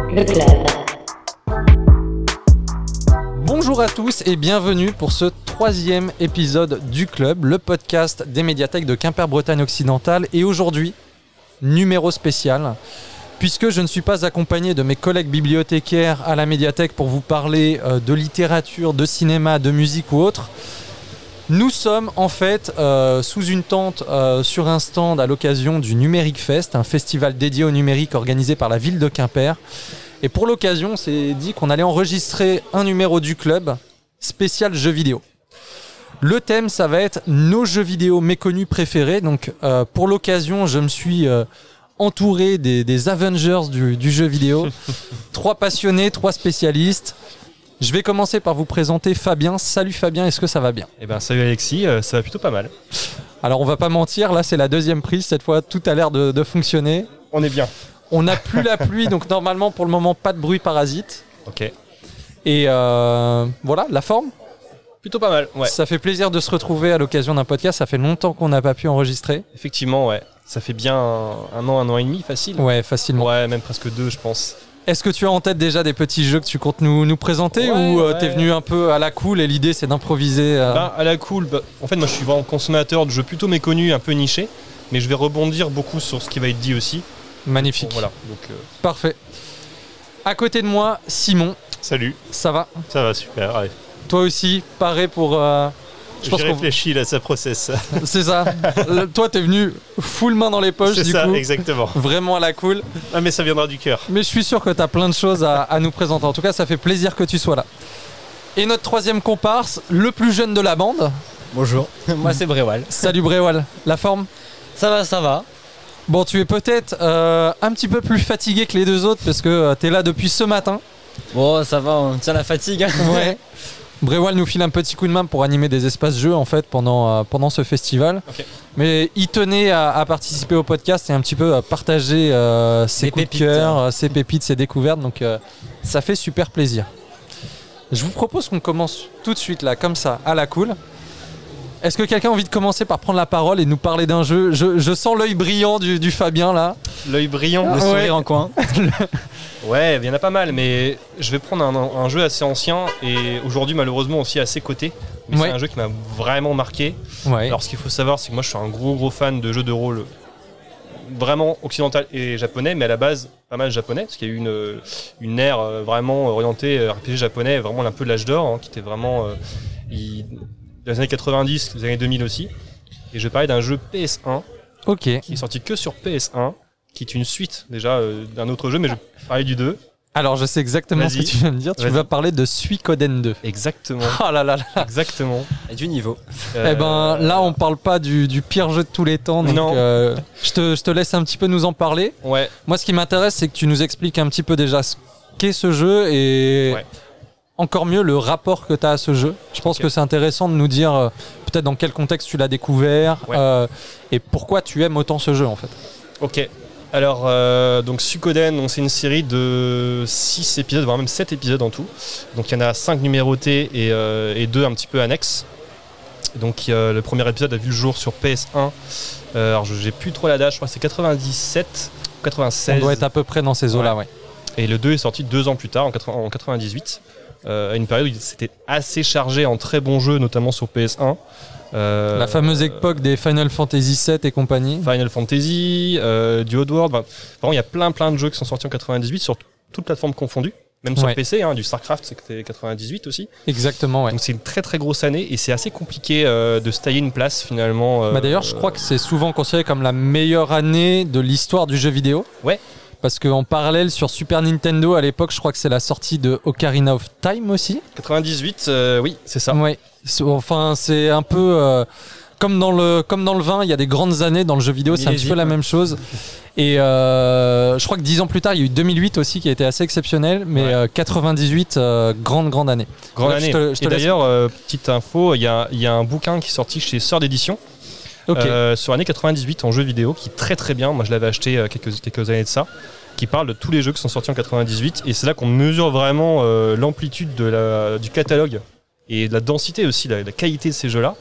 le club. Bonjour à tous et bienvenue pour ce 3e épisode du Club, le podcast des médiathèques de Quimper-Bretagne occidentale. Et aujourd'hui, numéro spécial, puisque je ne suis pas accompagné de mes collègues bibliothécaires à la médiathèque pour vous parler de littérature, de cinéma, de musique ou autre. Nous sommes en fait sous une tente sur un stand à l'occasion du Numérique Fest, un festival dédié au numérique organisé par la ville de Quimper. Et pour l'occasion, on s'est dit qu'on allait enregistrer un numéro du club spécial jeux vidéo. Le thème, ça va être nos jeux vidéo méconnus préférés. Donc pour l'occasion, je me suis entouré des Avengers du jeu vidéo. 3 passionnés, 3 spécialistes. Je vais commencer par vous présenter Fabien. Salut Fabien, est-ce que ça va bien ? Eh ben salut Alexis, ça va plutôt pas mal. Alors on va pas mentir, là c'est la 2e prise, cette fois tout a l'air de fonctionner. On est bien. On n'a plus la pluie, donc normalement pour le moment pas de bruit parasite. Ok. Et voilà, la forme ? Plutôt pas mal, ouais. Ça fait plaisir de se retrouver à l'occasion d'un podcast, ça fait longtemps qu'on n'a pas pu enregistrer. Effectivement, ouais. Ça fait bien un an et demi facile. Ouais, facilement. Ouais, même presque 2 je pense. Est-ce que tu as en tête déjà des petits jeux que tu comptes nous présenter ou t'es venu un peu à la cool et l'idée c'est d'improviser À la cool, en fait moi je suis vraiment consommateur de jeux plutôt méconnus, un peu nichés, mais je vais rebondir beaucoup sur ce qui va être dit aussi. Magnifique. Bon, voilà, donc, Parfait. À côté de moi, Simon. Salut. Ça va ? Ça va, super. Allez. Toi aussi, pareil pour... J'ai réfléchi, là, ça processe. C'est ça. Toi, t'es venu full main dans les poches, C'est du ça, coup. exactement. Vraiment à la cool. Ah, mais ça viendra du cœur. Mais je suis sûr que t'as plein de choses à nous présenter. En tout cas, ça fait plaisir que tu sois là. Et notre 3e comparse, le plus jeune de la bande. Bonjour, moi c'est Bréwal. Salut Bréwal. La forme ? Ça va. Bon, tu es peut-être un petit peu plus fatigué que les 2 autres parce que t'es là depuis ce matin. Bon, ça va, on tient la fatigue. Ouais. Bréwal nous file un petit coup de main pour animer des espaces jeux en fait pendant ce festival. Okay. Mais il tenait à participer au podcast et un petit peu à partager ses coups de cœur, ses pépites, ses découvertes. Donc ça fait super plaisir. Je vous propose qu'on commence tout de suite là, comme ça, à la cool. Est-ce que quelqu'un a envie de commencer par prendre la parole et nous parler d'un jeu ? Je sens l'œil brillant du Fabien là. L'œil brillant. Le sourire en coin. Ouais, il y en a pas mal, mais je vais prendre un jeu assez ancien et aujourd'hui malheureusement aussi assez coté. Mais c'est un jeu qui m'a vraiment marqué. Ouais. Alors ce qu'il faut savoir, c'est que moi je suis un gros fan de jeux de rôle vraiment occidental et japonais, mais à la base pas mal japonais, parce qu'il y a eu une ère vraiment orientée RPG japonais, vraiment un peu l'âge d'or, qui était vraiment dans les années 90, les années 2000 aussi. Et je vais parler d'un jeu PS1 qui est sorti que sur PS1, qui est une suite déjà d'un autre jeu, mais je vais parler du 2. Alors je sais exactement ce que tu vas me dire, tu vas parler de Suikoden 2. Exactement. Oh là là là. Exactement. Et du niveau. Eh ben là on parle pas du pire jeu de tous les temps, donc je te laisse un petit peu nous en parler. Ouais. Moi ce qui m'intéresse c'est que tu nous expliques un petit peu déjà ce qu'est ce jeu et encore mieux le rapport que tu as à ce jeu. Je pense que c'est intéressant de nous dire peut-être dans quel contexte tu l'as découvert et pourquoi tu aimes autant ce jeu en fait. Ok. Alors, donc Suikoden, c'est une série de 6 épisodes, voire même 7 épisodes en tout. Donc il y en a 5 numérotés et 2 un petit peu annexes. Donc le premier épisode a vu le jour sur PS1. Alors j'ai plus trop la date, je crois que c'est 97 ou 96. On doit être à peu près dans ces eaux-là, ouais. Et le 2 est sorti 2 ans plus tard, en 98. À une période où c'était assez chargé en très bons jeux, notamment sur PS1. La fameuse époque des Final Fantasy 7 et compagnie. Final Fantasy, du Oddworld. Vraiment, il y a plein de jeux qui sont sortis en 98 sur toutes plateformes confondues. Même sur PC, du StarCraft, c'était 98 aussi. Exactement, ouais. Donc c'est une très grosse année et c'est assez compliqué de se tailler une place finalement. D'ailleurs, je crois que c'est souvent considéré comme la meilleure année de l'histoire du jeu vidéo. Ouais. Parce qu'en parallèle, sur Super Nintendo, à l'époque, je crois que c'est la sortie de Ocarina of Time aussi. 98, oui, c'est ça. Ouais. Enfin, c'est un peu comme dans le vin, il y a des grandes années dans le jeu vidéo, c'est un petit peu la même chose. Et je crois que 10 ans plus tard, il y a eu 2008 aussi qui a été assez exceptionnel, mais 98, grande année. Grande année. Et d'ailleurs, petite info, il y a un bouquin qui est sorti chez Sœur d'édition. Sur l'année 98 en jeu vidéo qui est très bien, moi je l'avais acheté quelques années de ça, qui parle de tous les jeux qui sont sortis en 98 et c'est là qu'on mesure vraiment l'amplitude du catalogue et de la densité aussi, la qualité de ces jeux là.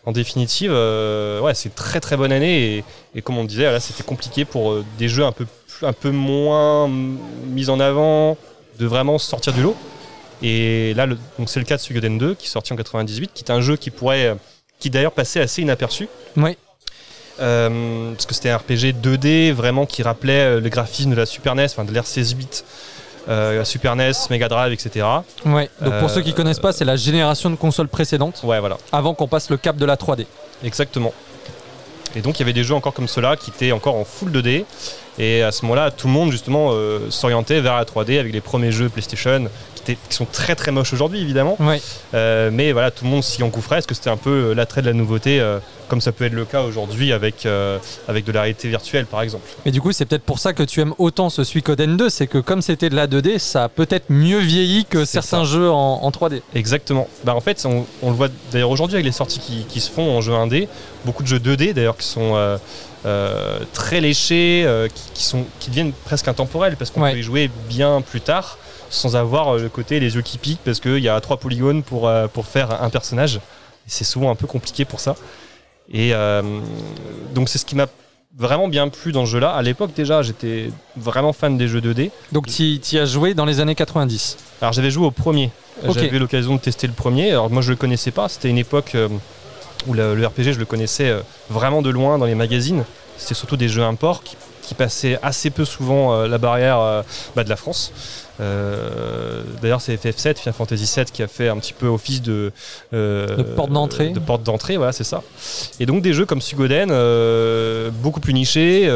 en définitive, c'est une très très bonne année et comme on disait, là c'était compliqué pour des jeux un peu moins mis en avant, de vraiment sortir du lot. Et là, donc c'est le cas de Suikoden 2 qui est sorti en 98, qui est un jeu qui d'ailleurs passait assez inaperçu. Oui. Parce que c'était un RPG 2D vraiment qui rappelait le graphisme de la Super NES, enfin de l'ère 16 bits. Super NES, Mega Drive, etc. Ouais. Donc pour ceux qui connaissent pas, c'est la génération de consoles précédente. Ouais, voilà. Avant qu'on passe le cap de la 3D. Exactement. Et donc il y avait des jeux encore comme ceux-là qui étaient encore en full 2D. Et à ce moment-là, tout le monde justement s'orientait vers la 3D avec les premiers jeux PlayStation qui sont très très moches aujourd'hui évidemment. Ouais. Mais voilà, tout le monde s'y engouffrait parce que c'était un peu l'attrait de la nouveauté, comme ça peut être le cas aujourd'hui avec de la réalité virtuelle par exemple. Et du coup, c'est peut-être pour ça que tu aimes autant ce Suikoden 2, c'est que comme c'était de la 2D, ça a peut-être mieux vieilli que certains jeux en 3D. Exactement. En fait, on le voit d'ailleurs aujourd'hui avec les sorties qui se font en jeu 1D, beaucoup de jeux 2D d'ailleurs qui sont très léchés, qui deviennent presque intemporels parce qu'on peut y jouer bien plus tard sans avoir le côté les yeux qui piquent parce qu'il y a 3 polygones pour faire un personnage. Et c'est souvent un peu compliqué pour ça. Et donc c'est ce qui m'a vraiment bien plu dans ce jeu-là. À l'époque déjà, j'étais vraiment fan des jeux 2D. Donc tu y as joué dans les années 90 ? Alors j'avais joué au premier. Okay. J'avais eu l'occasion de tester le premier. Alors moi je le connaissais pas. C'était une époque où le RPG je le connaissais vraiment de loin dans les magazines. C'était surtout des jeux imports qui passaient assez peu souvent la barrière de la France. D'ailleurs c'est FF7, Final Fantasy VII qui a fait un petit peu office de porte d'entrée. De porte d'entrée, voilà, c'est ça. Et donc des jeux comme Suikoden, beaucoup plus nichés,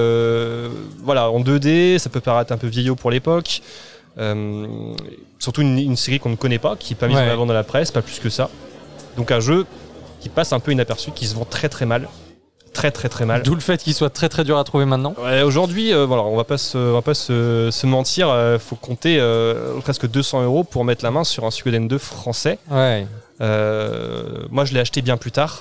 en 2D, ça peut paraître un peu vieillot pour l'époque. Surtout une série qu'on ne connaît pas, qui n'est pas mise en avant dans la presse, pas plus que ça. Donc un jeu qui passe un peu inaperçu, qui se vend très très mal. Très très très mal. D'où le fait qu'il soit très très dur à trouver maintenant. Ouais, aujourd'hui, on va pas se mentir, faut compter presque 200 € pour mettre la main sur un Suikoden 2 français. Ouais. Moi, je l'ai acheté bien plus tard.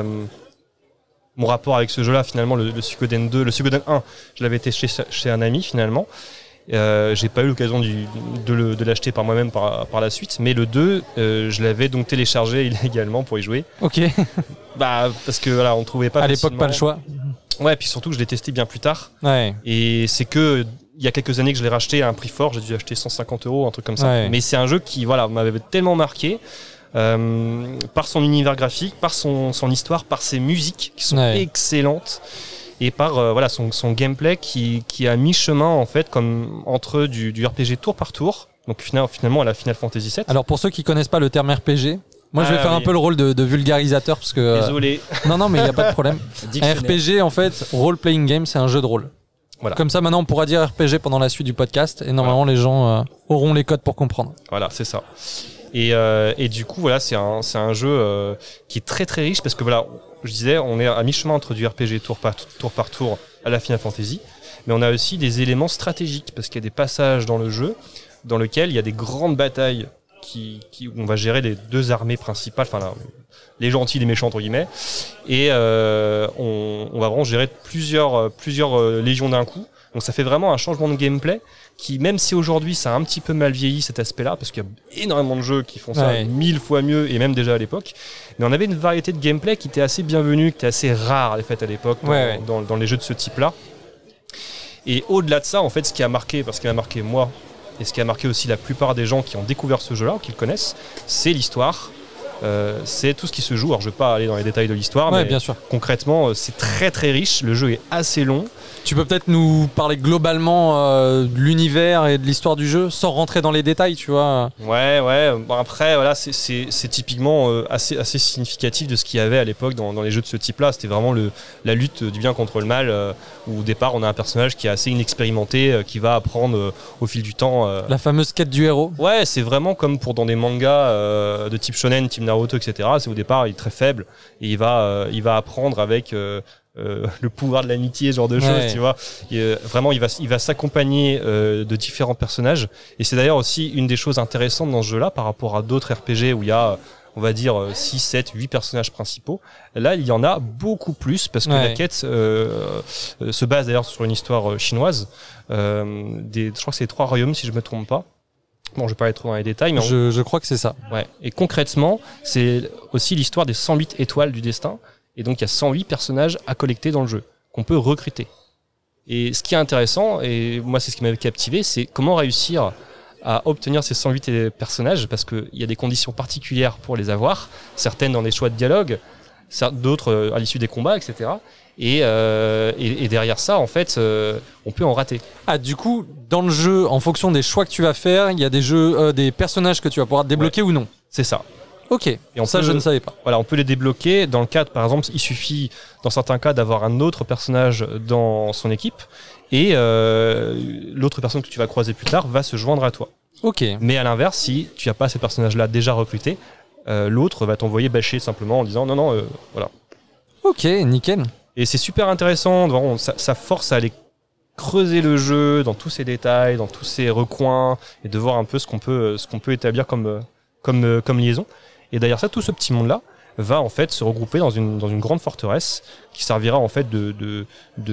Mon rapport avec ce jeu-là, finalement, le Suikoden 2, le Suikoden 1, je l'avais testé chez un ami finalement. J'ai pas eu l'occasion de l'acheter par moi-même par la suite, mais le 2, je l'avais donc téléchargé illégalement pour y jouer. Ok. Parce que voilà, on trouvait pas. À l'époque, pas le choix. Ouais, puis surtout que je l'ai testé bien plus tard. Ouais. Et c'est que il y a quelques années que je l'ai racheté à un prix fort. J'ai dû acheter 150 €, un truc comme ça. Ouais. Mais c'est un jeu qui m'avait tellement marqué. Par son univers graphique, par son histoire, par ses musiques qui sont excellentes et par son gameplay qui est à mi-chemin en fait, comme entre du RPG tour par tour, donc finalement à la Final Fantasy VII. Alors pour ceux qui connaissent pas le terme RPG, moi je vais faire un peu le rôle de vulgarisateur parce que désolé. Non mais il y a pas de problème. Un RPG en fait, role playing game, c'est un jeu de rôle. Voilà. Comme ça maintenant on pourra dire RPG pendant la suite du podcast et normalement les gens auront les codes pour comprendre. Voilà, c'est ça. Et du coup, c'est un jeu qui est très très riche parce que je disais, on est à mi-chemin entre du RPG tour par tour à la Final Fantasy, mais on a aussi des éléments stratégiques parce qu'il y a des passages dans le jeu dans lesquels il y a des grandes batailles où on va gérer les deux armées principales, les gentils et les méchants entre guillemets, et on va vraiment gérer plusieurs légions d'un coup. Donc ça fait vraiment un changement de gameplay qui, même si aujourd'hui ça a un petit peu mal vieilli cet aspect-là, parce qu'il y a énormément de jeux qui font ça 1000 fois mieux, et même déjà à l'époque, mais on avait une variété de gameplay qui était assez bienvenue, qui était assez rare à l'époque dans les jeux de ce type-là. Et au-delà de ça, en fait, ce qui a marqué moi, et ce qui a marqué aussi la plupart des gens qui ont découvert ce jeu-là, ou qui le connaissent, c'est l'histoire. C'est tout ce qui se joue. Alors je ne vais pas aller dans les détails de l'histoire, mais bien sûr. Concrètement, c'est très très riche. Le jeu est assez long. Tu peux peut-être nous parler globalement de l'univers et de l'histoire du jeu sans rentrer dans les détails, tu vois. Ouais. Bon, après, c'est typiquement assez significatif de ce qu'il y avait à l'époque dans les jeux de ce type-là. C'était vraiment la lutte du bien contre le mal, où au départ, on a un personnage qui est assez inexpérimenté, qui va apprendre au fil du temps. La fameuse quête du héros. Ouais, c'est vraiment comme dans des mangas de type shonen, type Naruto, etc. C'est au départ, il est très faible et il va apprendre avec le pouvoir de l'amitié, ce genre de choses, tu vois. Vraiment, il va s'accompagner de différents personnages. Et c'est d'ailleurs aussi une des choses intéressantes dans ce jeu-là par rapport à d'autres RPG où il y a, on va dire, 6, 7, 8 personnages principaux. Là, il y en a beaucoup plus parce que la quête se base d'ailleurs sur une histoire chinoise. Je crois que c'est 3 royaumes, si je me trompe pas. Bon, je vais pas aller trop dans les détails, mais je crois que c'est ça. Ouais. Et concrètement, c'est aussi l'histoire des 108 étoiles du destin, Et donc il y a 108 personnages à collecter dans le jeu, qu'on peut recruter. Et ce qui est intéressant, et moi c'est ce qui m'avait captivé, c'est comment réussir à obtenir ces 108 personnages, parce qu'il y a des conditions particulières pour les avoir, certaines dans des choix de dialogue, d'autres à l'issue des combats, etc. Et derrière ça, en fait, on peut en rater. Ah, du coup, dans le jeu, en fonction des choix que tu vas faire, il y a des personnages que tu vas pouvoir débloquer ou non. C'est ça. Ok, et je ne savais pas. Voilà, on peut les débloquer. Dans le cadre, par exemple, il suffit, dans certains cas, d'avoir un autre personnage dans son équipe, et l'autre personne que tu vas croiser plus tard va se joindre à toi. Ok. Mais à l'inverse, si tu n'as pas ces personnages-là déjà recrutés, l'autre va t'envoyer bâcher simplement en disant non, voilà. Ok, nickel. Et c'est super intéressant, vraiment, ça force à aller creuser le jeu dans tous ses détails, dans tous ses recoins, et de voir un peu ce qu'on peut établir comme liaison. Et derrière ça, tout ce petit monde-là va en fait se regrouper dans une grande forteresse qui servira en fait de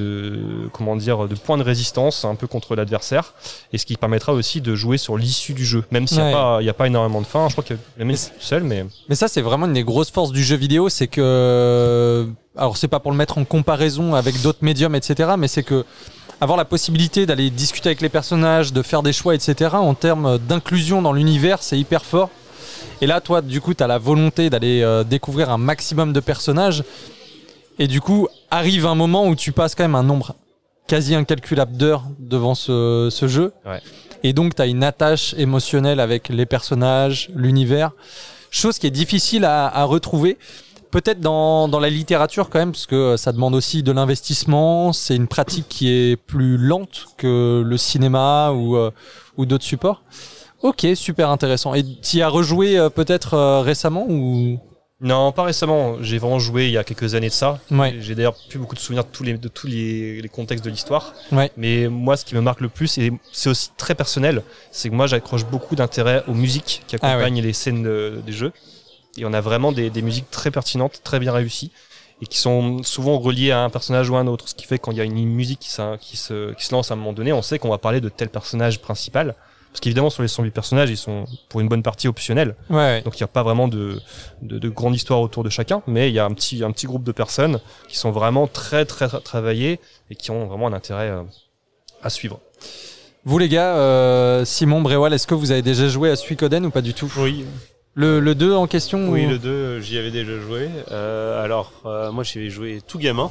point de résistance un peu contre l'adversaire, et ce qui permettra aussi de jouer sur l'issue du jeu, même s'il n'y a pas énormément de fin. Je crois qu'il y a la même seule, mais ça c'est vraiment une des grosses forces du jeu vidéo, c'est que, alors c'est pas pour le mettre en comparaison avec d'autres médiums, etc., mais c'est que avoir la possibilité d'aller discuter avec les personnages, de faire des choix, etc., en termes d'inclusion dans l'univers, c'est hyper fort. Et là, toi, du coup, tu as la volonté d'aller découvrir un maximum de personnages. Et du coup, arrive un moment où tu passes quand même un nombre quasi incalculable d'heures devant ce jeu. Ouais. Et donc, tu as une attache émotionnelle avec les personnages, l'univers. Chose qui est difficile à retrouver. Peut-être dans la littérature quand même, parce que ça demande aussi de l'investissement. C'est une pratique qui est plus lente que le cinéma ou d'autres supports. Ok, super intéressant. Et tu y as rejoué peut-être récemment ou... Non, pas récemment. J'ai vraiment joué il y a quelques années de ça. Ouais. J'ai d'ailleurs plus beaucoup de souvenirs de tous les contextes de l'histoire. Ouais. Mais moi, ce qui me marque le plus, et c'est aussi très personnel, c'est que moi, j'accroche beaucoup d'intérêt aux musiques qui accompagnent les scènes des jeux. Et on a vraiment des musiques très pertinentes, très bien réussies, et qui sont souvent reliées à un personnage ou à un autre. Ce qui fait que quand il y a une musique qui se lance à un moment donné, on sait qu'on va parler de tel personnage principal. Parce qu'évidemment, sur les 108 personnages, ils sont pour une bonne partie optionnels. Ouais. Donc, il n'y a pas vraiment de grande histoire autour de chacun. Mais il y a un petit groupe de personnes qui sont vraiment très, très, très travaillées et qui ont vraiment un intérêt à suivre. Vous, les gars, Simon, Bréwal, est-ce que vous avez déjà joué à Suikoden ou pas du tout ? Oui. Le 2 en question Oui, ou... le 2, j'y avais déjà joué. Moi, j'y avais joué tout gamin.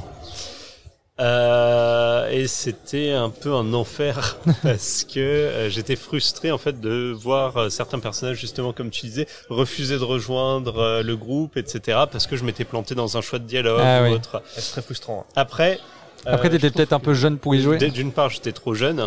Et c'était un peu un enfer parce que j'étais frustré en fait de voir certains personnages, justement comme tu disais, refuser de rejoindre le groupe, etc. parce que je m'étais planté dans un choix de dialogue ou autre. C'est très frustrant. Après, t'étais peut-être un peu jeune pour y jouer. D'une part, j'étais trop jeune.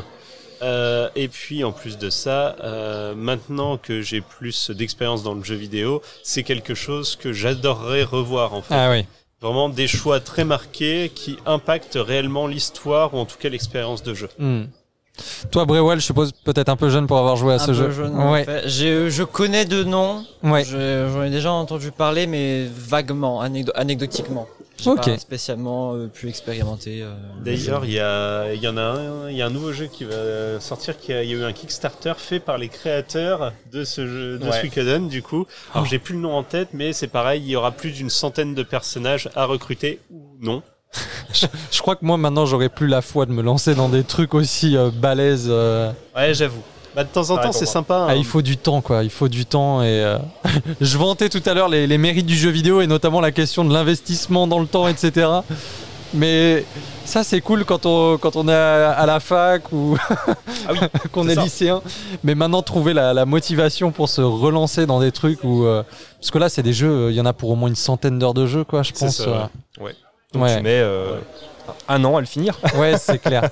Et puis en plus de ça, maintenant que j'ai plus d'expérience dans le jeu vidéo, c'est quelque chose que j'adorerais revoir en fait. Ah oui. Vraiment des choix très marqués qui impactent réellement l'histoire ou en tout cas l'expérience de jeu. Toi, Bréwal, je suppose peut-être un peu jeune pour avoir joué à ce jeu. Jeune, en fait. Je connais de nom. Ouais. J'en ai déjà entendu parler, mais vaguement, anecdotiquement. J'ai pas spécialement pu expérimenter. D'ailleurs, il y a un nouveau jeu qui va sortir. Il y a eu un Kickstarter fait par les créateurs de ce jeu de Suikoden. Du coup, alors j'ai plus le nom en tête, mais c'est pareil. Il y aura plus d'une centaine de personnages à recruter ou non. Je crois que moi maintenant j'aurais plus la foi de me lancer dans des trucs aussi balèzes. Ouais, j'avoue. Bah, de temps en temps, c'est sympa. Hein. Ah, il faut du temps, quoi. Il faut du temps. Et je vantais tout à l'heure les mérites du jeu vidéo et notamment la question de l'investissement dans le temps, etc. Mais ça, c'est cool quand on est à la fac ou qu'on est lycéen. Mais maintenant, trouver la motivation pour se relancer dans des trucs où. Parce que là, c'est des jeux, il y en a pour au moins une centaine d'heures de jeu, quoi, je pense. Ça, ouais. Donc tu mets un an à le finir. Ouais, c'est clair.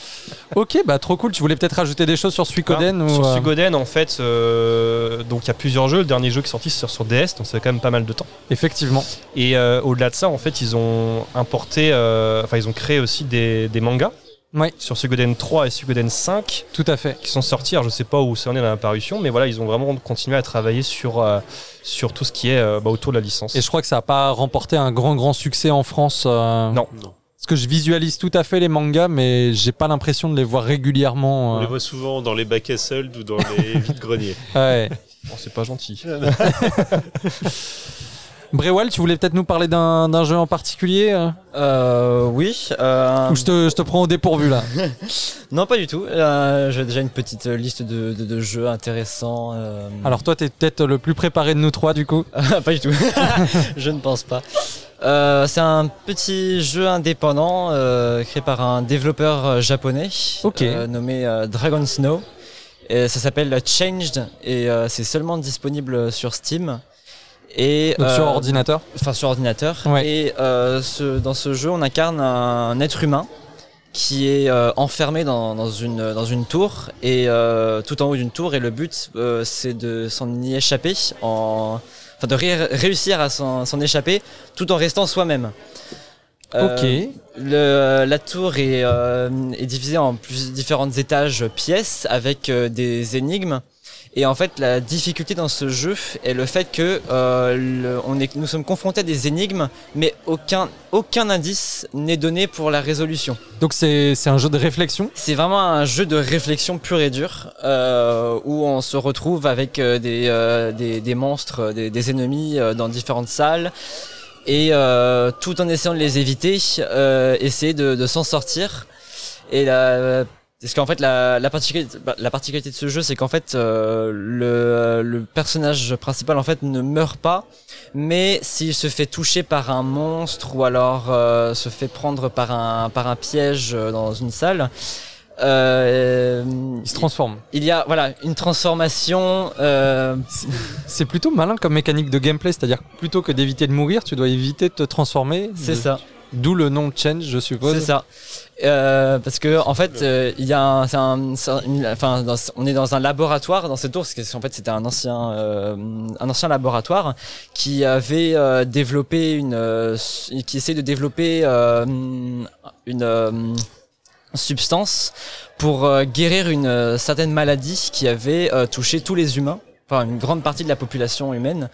Ok, bah trop cool. Tu voulais peut-être rajouter des choses sur Suikoden Sur Suikoden, en fait, donc il y a plusieurs jeux. Le dernier jeu qui est sorti, c'est sur DS, donc ça fait quand même pas mal de temps. Effectivement. Et au-delà de ça, en fait, ils ont importé, ils ont créé aussi des mangas. Ouais. Sur Suikoden 3 et Suikoden 5. Tout à fait. Qui sont sortis. Alors, je sais pas où ça en est dans la parution, mais voilà, ils ont vraiment continué à travailler sur tout ce qui est autour de la licence. Et je crois que ça n'a pas remporté un grand succès en France. Non. Parce que je visualise tout à fait les mangas, mais j'ai pas l'impression de les voir régulièrement. On les voit souvent dans les bacs à soldes ou dans les vides-greniers. Ouais. Oh, c'est pas gentil. Brewell, tu voulais peut-être nous parler d'un jeu en particulier Oui. Ou je te prends au dépourvu là? Non, pas du tout. J'ai déjà une petite liste de jeux intéressants. Alors toi, t'es peut-être le plus préparé de nous trois du coup. Pas du tout. Je ne pense pas. C'est un petit jeu indépendant créé par un développeur japonais nommé Dragon Snow. Et ça s'appelle Changed et c'est seulement disponible sur Steam. Et, donc sur ordinateur. Enfin sur ordinateur. Ouais. Et dans ce jeu, on incarne un être humain qui est enfermé dans une tour et tout en haut d'une tour. Et le but, c'est de s'en y échapper, de réussir à s'en échapper tout en restant soi-même. La tour est divisée en différents étages pièces avec des énigmes. Et en fait, la difficulté dans ce jeu est le fait que nous sommes confrontés à des énigmes, mais aucun indice n'est donné pour la résolution. Donc c'est un jeu de réflexion? C'est vraiment un jeu de réflexion pur et dur, où on se retrouve avec des monstres, des ennemis dans différentes salles. Et tout en essayant de les éviter, essayer de s'en sortir. Et parce qu'en fait la particularité de ce jeu, c'est qu'en fait le personnage principal en fait ne meurt pas, mais s'il se fait toucher par un monstre ou alors se fait prendre par un piège dans une salle, il se transforme. Il y a une transformation. C'est plutôt malin comme mécanique de gameplay, c'est-à-dire que plutôt que d'éviter de mourir, tu dois éviter de te transformer. C'est ça. D'où le nom Change, je suppose. C'est ça. Parce que en fait, il y a on est dans un laboratoire dans cette tour, parce qu'en fait c'était un ancien laboratoire qui avait développé qui essaie de développer une substance pour guérir une certaine maladie qui avait touché tous les humains, enfin une grande partie de la population humaine.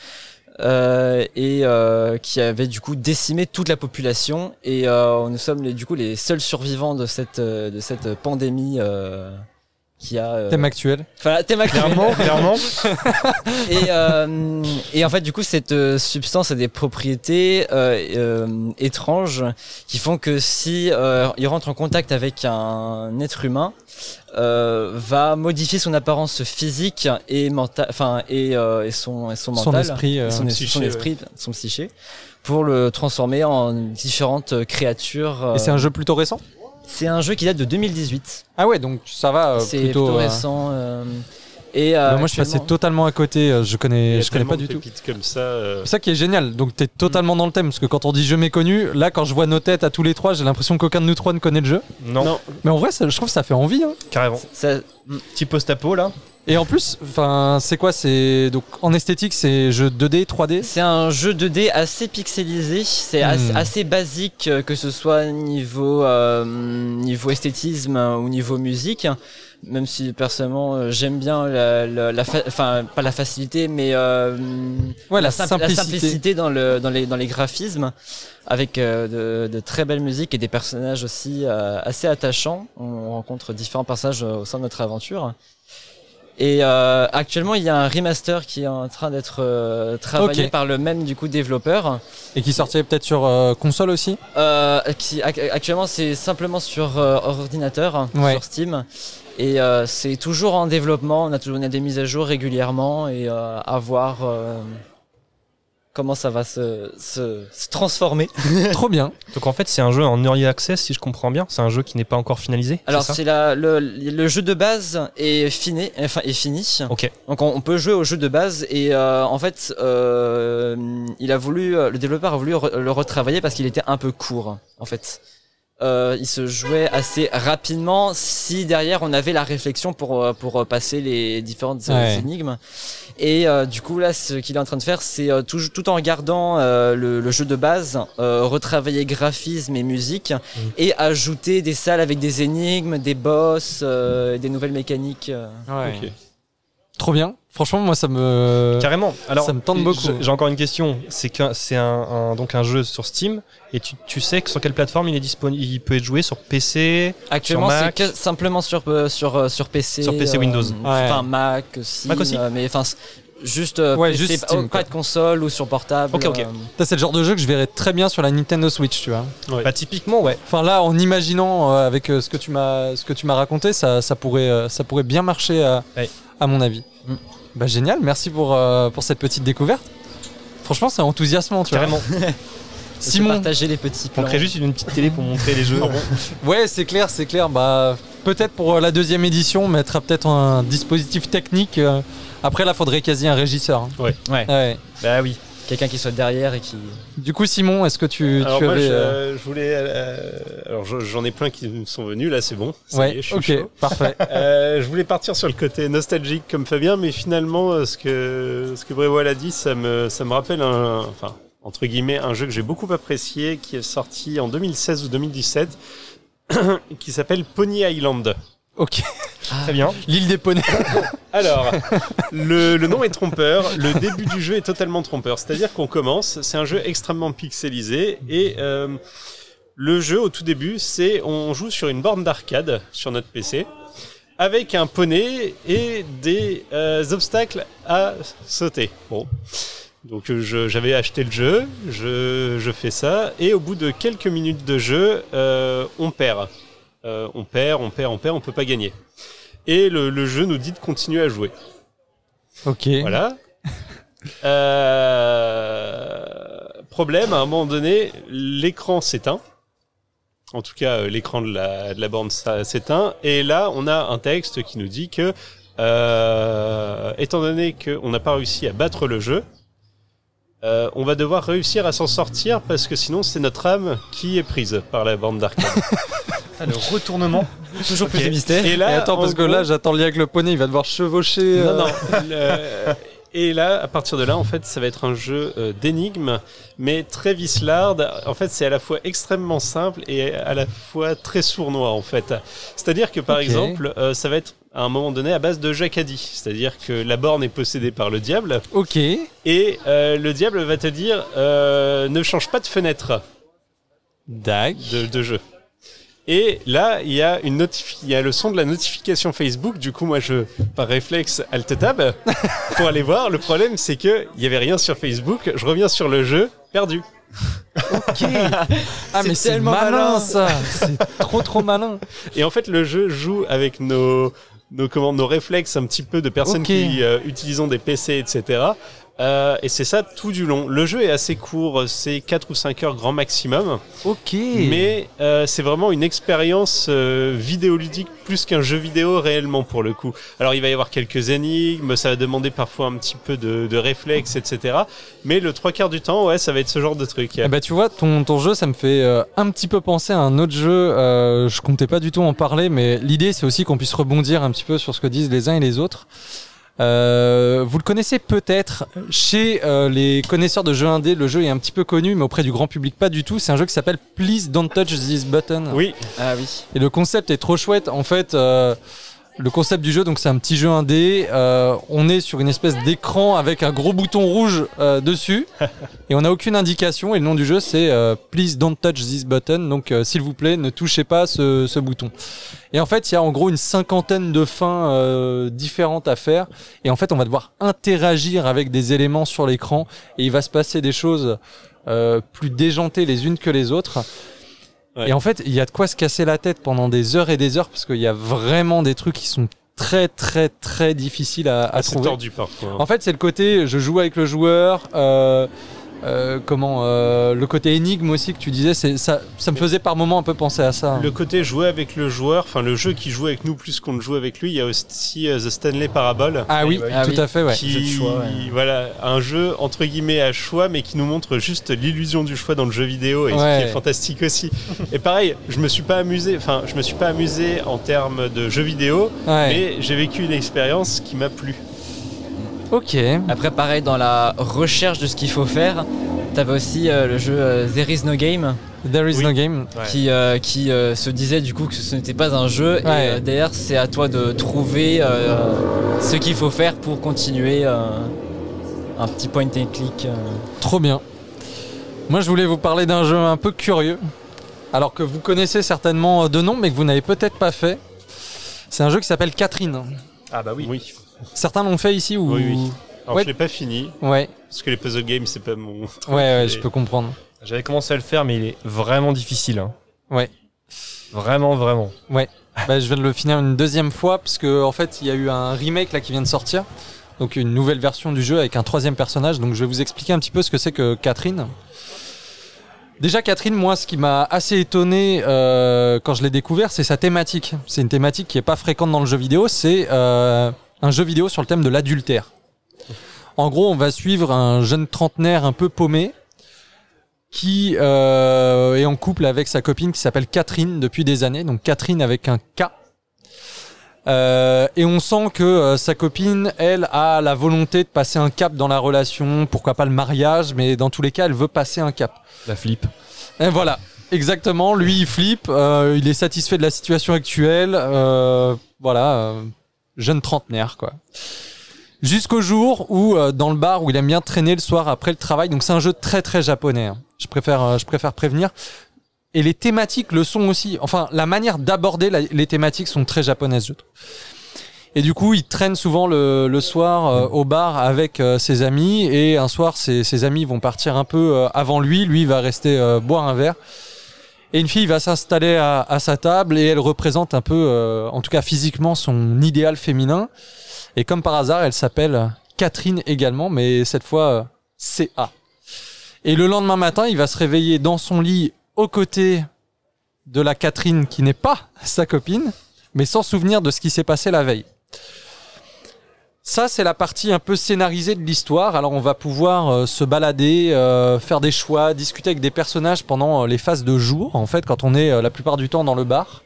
Qui avait du coup décimé toute la population et nous sommes les seuls survivants de cette pandémie qui a thème actuel. Enfin thème actuel. Clairement. Et en fait du coup cette substance a des propriétés étranges qui font que si il rentre en contact avec un être humain, va modifier son apparence physique et mentale, et son mental, son psyché, pour le transformer en différentes créatures. Et c'est un jeu plutôt récent? C'est un jeu qui date de 2018. Ah ouais, donc ça va. C'est plutôt récent. Moi je suis passé totalement à côté, je connais pas du tout. Comme ça, C'est ça qui est génial, donc t'es totalement dans le thème, parce que quand on dit jeu méconnu, là quand je vois nos têtes à tous les trois, j'ai l'impression qu'aucun de nous trois ne connaît le jeu. Non. Mais en vrai je trouve que ça fait envie. Carrément. Petit post-apo là. Et en plus, c'est quoi? C'est donc en esthétique, c'est jeu 2D, 3D? C'est un jeu 2D assez pixelisé, c'est assez basique, que ce soit niveau esthétisme ou niveau musique. Même si personnellement j'aime bien pas la facilité, mais la simplicité dans les graphismes, avec de très belles musiques et des personnages aussi assez attachants. On rencontre différents personnages au sein de notre aventure. Et actuellement il y a un remaster qui est en train d'être travaillé par le même du coup développeur. Et qui sortirait peut-être sur console aussi? Actuellement c'est simplement sur ordinateur, sur Steam. Et c'est toujours en développement, on a des mises à jour régulièrement et à voir comment ça va se transformer. Trop bien. Donc en fait c'est un jeu en early access si je comprends bien, c'est un jeu qui n'est pas encore finalisé. Alors c'est le jeu de base est fini. Ok. Donc on peut jouer au jeu de base et en fait le développeur a voulu le retravailler parce qu'il était un peu court en fait. Il se jouait assez rapidement si derrière on avait la réflexion pour passer les différentes énigmes. Et du coup là ce qu'il est en train de faire c'est tout en gardant le jeu de base, retravailler graphisme et musique et ajouter des salles avec des énigmes, des boss, des nouvelles mécaniques. Okay. Trop bien. Franchement, moi, ça me... Carrément. Alors, ça me tente beaucoup. J'ai encore une question. C'est donc un jeu sur Steam. Et tu sais que sur quelle plateforme il est disponible? Il peut être joué sur PC? Actuellement, sur Mac? c'est simplement sur PC. Sur PC Windows. Enfin, Mac aussi. Mac aussi. Mais enfin, Juste, Ouais, PC, juste Steam, pas de console ou sur portable. Ok. Ça, c'est le genre de jeu que je verrais très bien sur la Nintendo Switch, tu vois. Ouais. Bah, typiquement, ouais. Enfin là, en imaginant avec ce que tu m'as raconté, ça pourrait bien marcher Ouais. à mon avis. Mm. Bah génial, merci pour cette petite découverte. Franchement, c'est enthousiasmant, tu Carrément. vois. Simon, Simon, partager les petits On plans. crée juste une petite télé pour montrer les jeux. ouais, c'est clair. Bah peut-être pour la deuxième édition, on mettra peut-être un dispositif technique. Après, là, faudrait quasi un régisseur. Hein. Ouais. Ouais. Bah oui. Quelqu'un qui soit derrière et qui. Du coup, Simon, est-ce que tu Alors moi, avais je voulais. Alors j'en ai plein qui me sont venus là, c'est bon. Ça y Ouais, est, je suis ok, chaud. parfait. Je voulais partir sur le côté nostalgique comme Fabien, mais finalement, ce que Brévoil a dit, ça me rappelle enfin entre guillemets un jeu que j'ai beaucoup apprécié, qui est sorti en 2016 ou 2017, qui s'appelle Pony Island. Ok. Très bien. L'île des poneys. Alors, le nom est trompeur, le début du jeu est totalement trompeur. C'est-à-dire qu'on commence, c'est un jeu extrêmement pixelisé et le jeu au tout début, on joue sur une borne d'arcade sur notre PC avec un poney et des obstacles à sauter. Bon. Donc j'avais acheté le jeu, je fais ça et au bout de quelques minutes de jeu, on perd. On perd, on peut pas gagner. Et le jeu nous dit de continuer à jouer. Ok. Voilà. Problème, à un moment donné, l'écran s'éteint. En tout cas, l'écran de la borne s'éteint. Et là, on a un texte qui nous dit que, étant donné qu'on n'a pas réussi à battre le jeu, on va devoir réussir à s'en sortir parce que sinon, c'est notre âme qui est prise par la borne d'arcade. Ah, le retournement. Toujours plus de mystère. Et là, Et attends, en parce que gros- là, j'attends le lien avec le poney, il va devoir chevaucher. Non. Et là, à partir de là, en fait, ça va être un jeu d'énigmes, mais très vicelard. En fait, c'est à la fois extrêmement simple et à la fois très sournois, en fait. C'est-à-dire que, par Ok. exemple, ça va être à un moment donné à base de jacadie. C'est-à-dire que la borne est possédée par le diable Ok. et le diable va te dire ne change pas de fenêtre Dac. de jeu. Et là, il y a le son de la notification Facebook. Du coup, moi, par réflexe, Alt Tab pour aller voir. Le problème, c'est que il y avait rien sur Facebook. Je reviens sur le jeu, perdu. Ok. Ah, mais c'est tellement malin, malin. ça. C'est trop malin. Et en fait, le jeu joue avec nos réflexes un petit peu de personnes Ok. qui utilisons des PC, etc. Et c'est ça tout du long. Le jeu est assez court, c'est 4 ou 5 heures grand maximum. Ok. Mais c'est vraiment une expérience vidéoludique plus qu'un jeu vidéo réellement pour le coup. Alors il va y avoir quelques énigmes, ça va demander parfois un petit peu de réflexe, etc. Mais le 3/4 du temps, ouais, ça va être ce genre de truc. Eh bah, tu vois, ton jeu, ça me fait un petit peu penser à un autre jeu. Je comptais pas du tout en parler, mais l'idée, c'est aussi qu'on puisse rebondir un petit peu sur ce que disent les uns et les autres. Vous le connaissez peut-être chez les connaisseurs de jeux indés. Le jeu est un petit peu connu, mais auprès du grand public pas du tout. C'est un jeu qui s'appelle Please Don't Touch This Button. Oui, Ah oui. Et le concept est trop chouette. En fait, le concept du jeu, donc c'est un petit jeu indé. On est sur une espèce d'écran avec un gros bouton rouge dessus, et on n'a aucune indication. Et le nom du jeu, c'est Please Don't Touch This Button. Donc, s'il vous plaît, ne touchez pas ce bouton. Et en fait, il y a en gros une 50aine de fins différentes à faire. Et en fait, on va devoir interagir avec des éléments sur l'écran, et il va se passer des choses plus déjantées les unes que les autres. Ouais. Et en fait, il y a de quoi se casser la tête pendant des heures et des heures, parce qu'il y a vraiment des trucs qui sont très très très difficiles à c'est trouver. tordu parfois. En fait, c'est le côté je joue avec le joueur, le côté énigme aussi que tu disais, ça me faisait par moments un peu penser à ça. Le côté jouer avec le joueur, enfin le jeu qui joue avec nous plus qu'on ne joue avec lui, il y a aussi The Stanley Parable. Ah oui, Ah tout oui. à fait, ouais. Qui, Jeu de choix, ouais. voilà, un jeu entre guillemets à choix, mais qui nous montre juste l'illusion du choix dans le jeu vidéo, et Ouais. ce qui est fantastique aussi. Et pareil, je me suis pas amusé en termes de jeu vidéo, Ouais. mais j'ai vécu une expérience qui m'a plu. Ok. Après, pareil, dans la recherche de ce qu'il faut faire, t'avais aussi le jeu There Is No Game There is Oui. no game. Ouais. qui se disait du coup que ce n'était pas un jeu. Ouais. Et derrière, c'est à toi de trouver ce qu'il faut faire pour continuer un petit point and click. Trop bien. Moi, je voulais vous parler d'un jeu un peu curieux, alors que vous connaissez certainement de nom, mais que vous n'avez peut-être pas fait. C'est un jeu qui s'appelle Catherine. Ah bah oui. Oui. Certains l'ont fait ici ou... Oui. Alors je l'ai pas fini. Ouais. Parce que les puzzle games, c'est pas mon... Ouais, je peux comprendre. J'avais commencé à le faire, mais il est vraiment difficile. Hein. Ouais. Vraiment. Ouais. Bah, je viens de le finir une deuxième fois, parce que en fait, il y a eu un remake là qui vient de sortir. Donc une nouvelle version du jeu avec un troisième personnage. Donc je vais vous expliquer un petit peu ce que c'est que Catherine. Déjà Catherine, moi ce qui m'a assez étonné quand je l'ai découvert, c'est sa thématique. C'est une thématique qui est pas fréquente dans le jeu vidéo, c'est un jeu vidéo sur le thème de l'adultère. En gros, on va suivre un jeune trentenaire un peu paumé qui est en couple avec sa copine qui s'appelle Catherine depuis des années, donc Catherine avec un K. Et on sent que sa copine, elle, a la volonté de passer un cap dans la relation, pourquoi pas le mariage, mais dans tous les cas, elle veut passer un cap. La flip. Et voilà, exactement. Lui, il flippe, il est satisfait de la situation actuelle. Jeune trentenaire, quoi. Jusqu'au jour où, dans le bar où il aime bien traîner le soir après le travail, donc c'est un jeu très très japonais. Hein. Je préfère prévenir. Et les thématiques le sont aussi. Enfin, la manière d'aborder les thématiques sont très japonaises, je trouve. Et du coup, il traîne souvent le soir au bar avec ses amis. Et un soir, ses amis vont partir un peu avant lui. Lui, il va rester boire un verre. Et une fille va s'installer à sa table et elle représente un peu, en tout cas physiquement, son idéal féminin. Et comme par hasard, elle s'appelle Catherine également, mais cette fois CA. Et le lendemain matin, il va se réveiller dans son lit aux côtés de la Catherine qui n'est pas sa copine, mais sans souvenir de ce qui s'est passé la veille. Ça, c'est la partie un peu scénarisée de l'histoire. Alors, on va pouvoir se balader, faire des choix, discuter avec des personnages pendant les phases de jour, en fait, quand on est la plupart du temps dans le bar.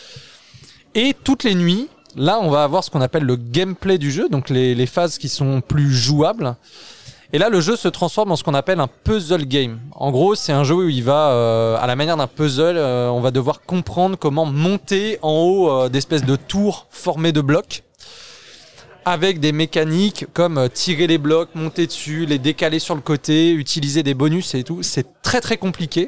Et toutes les nuits, là, on va avoir ce qu'on appelle le gameplay du jeu, donc les phases qui sont plus jouables. Et là, le jeu se transforme en ce qu'on appelle un puzzle game. En gros, c'est un jeu où il va, à la manière d'un puzzle, on va devoir comprendre comment monter en haut d'espèces de tours formées de blocs, avec des mécaniques comme tirer les blocs, monter dessus, les décaler sur le côté, utiliser des bonus et tout. C'est très très compliqué.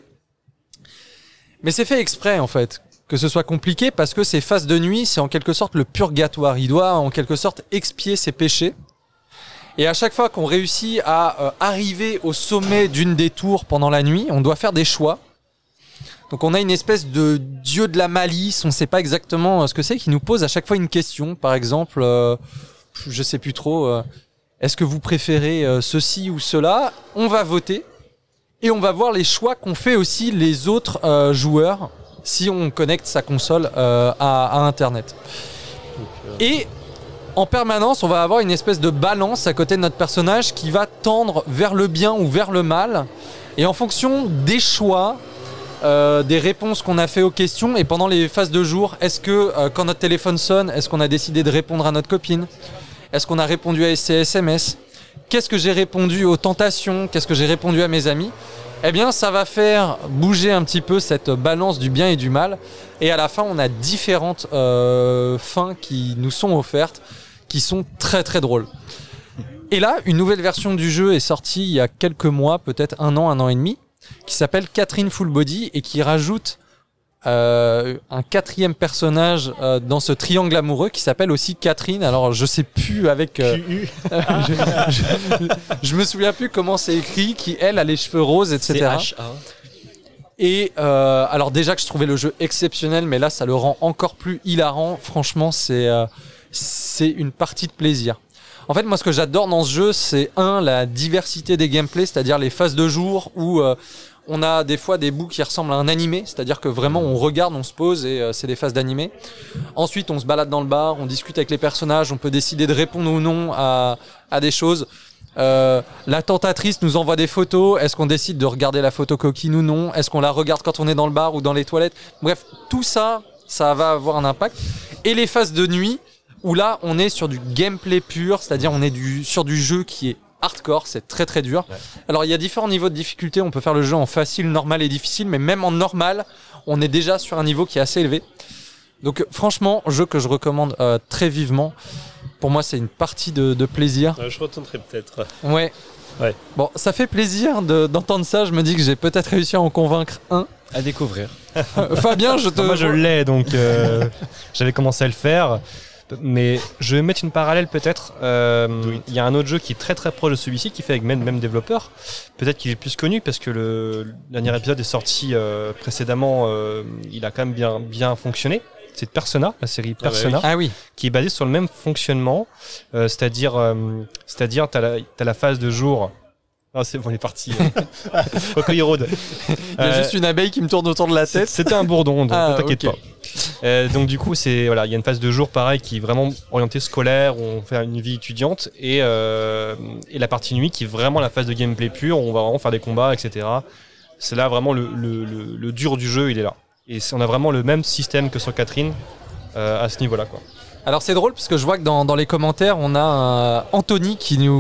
Mais c'est fait exprès, en fait, que ce soit compliqué, parce que ces phases de nuit, c'est en quelque sorte le purgatoire. Il doit en quelque sorte expier ses péchés. Et à chaque fois qu'on réussit à arriver au sommet d'une des tours pendant la nuit, on doit faire des choix. Donc on a une espèce de dieu de la malice, on ne sait pas exactement ce que c'est, qui nous pose à chaque fois une question. Par exemple, je sais plus trop, est-ce que vous préférez ceci ou cela ? On va voter et on va voir les choix qu'ont fait aussi les autres joueurs si on connecte sa console à Internet. Et en permanence, on va avoir une espèce de balance à côté de notre personnage qui va tendre vers le bien ou vers le mal. Et en fonction des choix, des réponses qu'on a fait aux questions, et pendant les phases de jour, est-ce que quand notre téléphone sonne, est-ce qu'on a décidé de répondre à notre copine ? Est-ce qu'on a répondu à ses SMS ? Qu'est-ce que j'ai répondu aux tentations ? Qu'est-ce que j'ai répondu à mes amis ? Eh bien, ça va faire bouger un petit peu cette balance du bien et du mal. Et à la fin, on a différentes fins qui nous sont offertes, qui sont très très drôles. Et là, une nouvelle version du jeu est sortie il y a quelques mois, peut-être un an et demi, qui s'appelle Catherine Full Body et qui rajoute un quatrième personnage dans ce triangle amoureux qui s'appelle aussi Catherine. Alors je sais plus avec je me souviens plus comment c'est écrit, qui elle a les cheveux roses, etc. Et alors déjà que je trouvais le jeu exceptionnel, mais là ça le rend encore plus hilarant. Franchement, c'est une partie de plaisir. En fait, moi ce que j'adore dans ce jeu, c'est la diversité des gameplays, c'est-à-dire les phases de jour où on a des fois des bouts qui ressemblent à un animé, c'est-à-dire que vraiment on regarde, on se pose et c'est des phases d'animé. Ensuite, on se balade dans le bar, on discute avec les personnages, on peut décider de répondre ou non à des choses. La tentatrice nous envoie des photos. Est-ce qu'on décide de regarder la photo coquine ou non ? Est-ce qu'on la regarde quand on est dans le bar ou dans les toilettes ? Bref, tout ça, ça va avoir un impact. Et les phases de nuit, où là, on est sur du gameplay pur, c'est-à-dire on est sur du jeu qui est hardcore, c'est très très dur. Ouais. Alors il y a différents niveaux de difficulté, on peut faire le jeu en facile, normal et difficile, mais même en normal, on est déjà sur un niveau qui est assez élevé. Donc franchement, jeu que je recommande très vivement. Pour moi, c'est une partie de plaisir. Je retenterai peut-être. Ouais. Bon, ça fait plaisir d'entendre ça. Je me dis que j'ai peut-être réussi à en convaincre un. À découvrir. Fabien, moi, je l'ai, donc j'avais commencé à le faire. Mais je vais mettre une parallèle peut-être. Il y a un autre jeu qui est très très proche de celui-ci, qui fait avec même développeur. Peut-être qu'il est plus connu parce que le dernier épisode est sorti précédemment. Il a quand même bien fonctionné. C'est Persona, la série Persona, qui est basée sur le même fonctionnement. C'est-à-dire t'as la phase de jour. Ah, c'est bon, on est parti. Recueil Road. Il y a juste une abeille qui me tourne autour de la tête. C'était un bourdon, donc t'inquiète pas. Donc du coup, il y a une phase de jour pareil qui est vraiment orientée scolaire, où on fait une vie étudiante, et la partie nuit qui est vraiment la phase de gameplay pure, où on va vraiment faire des combats, etc. C'est là vraiment le dur du jeu, il est là. Et on a vraiment le même système que sur Catherine à ce niveau-là, quoi. Alors c'est drôle parce que je vois que dans les commentaires, on a Anthony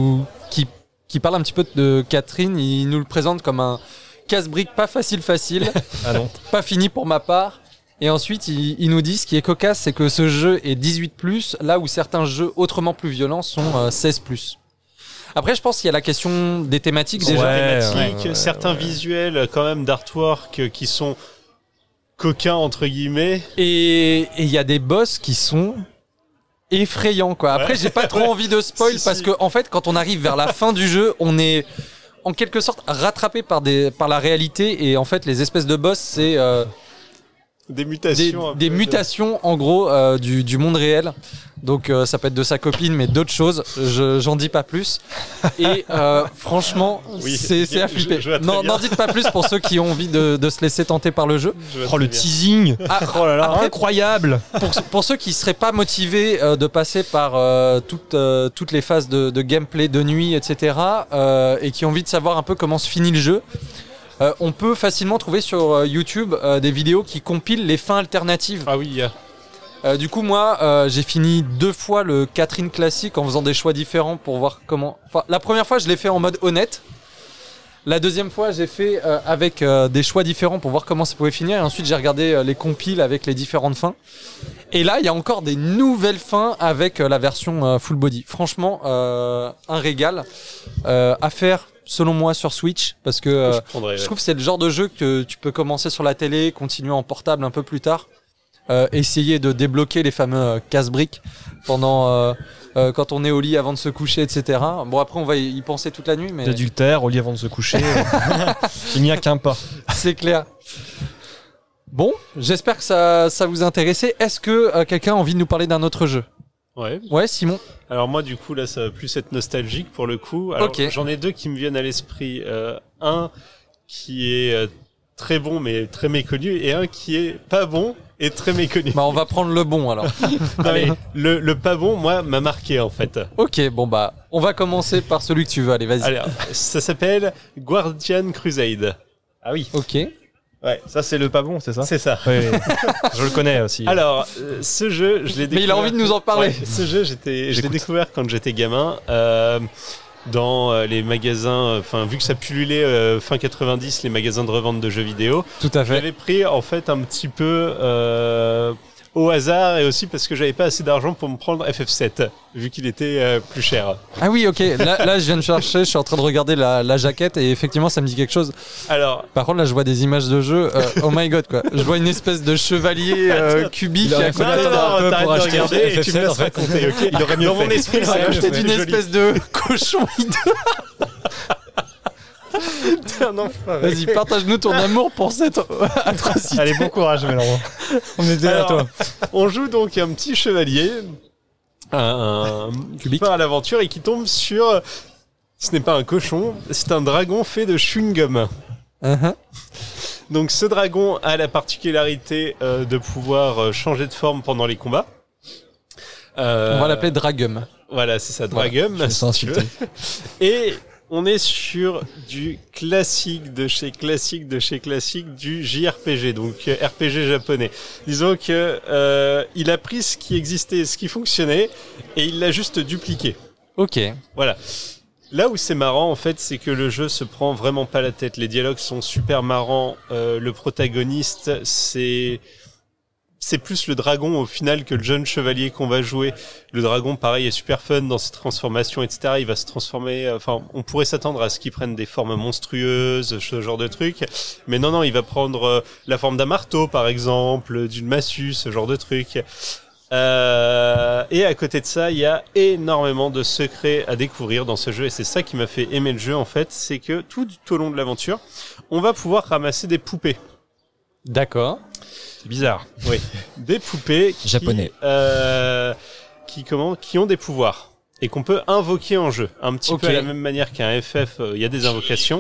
qui parle un petit peu de Catherine. Il nous le présente comme un casse-brique pas facile. Ah non. Pas fini pour ma part. Et ensuite, il nous dit ce qui est cocasse, c'est que ce jeu est 18+, là où certains jeux autrement plus violents sont 16+. Après, je pense qu'il y a la question des thématiques déjà. Certains visuels quand même d'artwork qui sont coquins entre guillemets. Et il y a des boss qui sont effrayants, quoi. Après, j'ai pas trop envie de spoil parce que en fait, quand on arrive vers la fin du jeu, on est en quelque sorte rattrapé par la réalité, et en fait, les espèces de boss, c'est des mutations. Des mutations, en gros, du monde réel. Donc, ça peut être de sa copine, mais d'autres choses. J'en dis pas plus. Et franchement, c'est à flipper. N'en dites pas plus pour ceux qui ont envie de se laisser tenter par le jeu. Le teasing. Oh là là, incroyable. Pour ceux qui seraient pas motivés de passer par toutes les phases de gameplay de nuit, etc., et qui ont envie de savoir un peu comment se finit le jeu, on peut facilement trouver sur YouTube des vidéos qui compilent les fins alternatives. Ah oui. Du coup, moi, j'ai fini 2 fois le Catherine classique en faisant des choix différents pour voir comment. Enfin, la première fois, je l'ai fait en mode honnête. La deuxième fois, j'ai fait avec des choix différents pour voir comment ça pouvait finir. Et ensuite, j'ai regardé les compiles avec les différentes fins. Et là, il y a encore des nouvelles fins avec la version full body. Franchement, un régal à faire. Selon moi sur Switch, parce que je trouve que c'est le genre de jeu que tu peux commencer sur la télé, continuer en portable un peu plus tard, essayer de débloquer les fameux casse-briques pendant quand on est au lit avant de se coucher, etc. Bon, après on va y penser toute la nuit, mais d'adultère au lit avant de se coucher, il n'y a qu'un pas. C'est clair. Bon, j'espère que ça vous intéressait. Est-ce que quelqu'un a envie de nous parler d'un autre jeu ? Ouais, Simon. Alors moi, du coup, là, ça va plus être nostalgique pour le coup. Alors, j'en ai 2 qui me viennent à l'esprit. Un qui est très bon mais très méconnu, et un qui est pas bon et très méconnu. Bah, on va prendre le bon alors. Non, mais le pas bon, moi, m'a marqué en fait. Ok, bon bah, on va commencer par celui que tu veux. Allez, vas-y. Alors, ça s'appelle Guardian Crusade. Ah oui. Ok. Ouais, ça c'est le pas bon, c'est ça ? C'est ça. Oui. Je le connais aussi. Alors, ce jeu, je l'ai découvert. Mais il a envie de nous en parler. Ouais, ce jeu, je l'ai découvert quand j'étais gamin, dans les magasins. Enfin, vu que ça pullulait fin 90, les magasins de revente de jeux vidéo. Tout à fait. J'avais pris en fait un petit peu au hasard, et aussi parce que j'avais pas assez d'argent pour me prendre FF7, vu qu'il était plus cher. Ah oui, ok. Là, je viens de chercher, je suis en train de regarder la jaquette, et effectivement, ça me dit quelque chose. Alors, par contre, là, je vois des images de jeu. Oh my god, quoi. Je vois une espèce de chevalier cubique. Non, t'arrêtes de regarder et tu me laisses raconter, ok ? Il aurait mieux dans mon esprit, c'est une espèce de cochon hideux. Vas-y, partage-nous ton amour pour cette atrocité. Allez, bon courage, Mélenchon. On est derrière toi. On joue donc un petit chevalier, qui part à l'aventure et qui tombe sur... Ce n'est pas un cochon, c'est un dragon fait de chewing-gum. Donc ce dragon a la particularité de pouvoir changer de forme pendant les combats. On va l'appeler Dragum. Voilà, c'est ça, Dragum. Voilà, je vais t'insulter. Et on est sur du classique de chez classique du JRPG, donc RPG japonais. Disons que il a pris ce qui existait, ce qui fonctionnait, et il l'a juste dupliqué. Ok. Voilà. Là où c'est marrant, en fait, c'est que le jeu se prend vraiment pas la tête. Les dialogues sont super marrants. Le protagoniste, c'est plus le dragon au final que le jeune chevalier qu'on va jouer. Le dragon, pareil, est super fun dans ses transformations, etc. Il va se transformer, enfin, on pourrait s'attendre à ce qu'il prenne des formes monstrueuses, ce genre de truc. Mais non, il va prendre la forme d'un marteau, par exemple, d'une massue, ce genre de truc. Et à côté de ça, il y a énormément de secrets à découvrir dans ce jeu. Et c'est ça qui m'a fait aimer le jeu, en fait. C'est que tout au long de l'aventure, on va pouvoir ramasser des poupées. D'accord. C'est bizarre. Oui. Des poupées Japonais. Qui ont des pouvoirs. Et qu'on peut invoquer en jeu. Un petit peu à la même manière qu'un FF, il y a des invocations.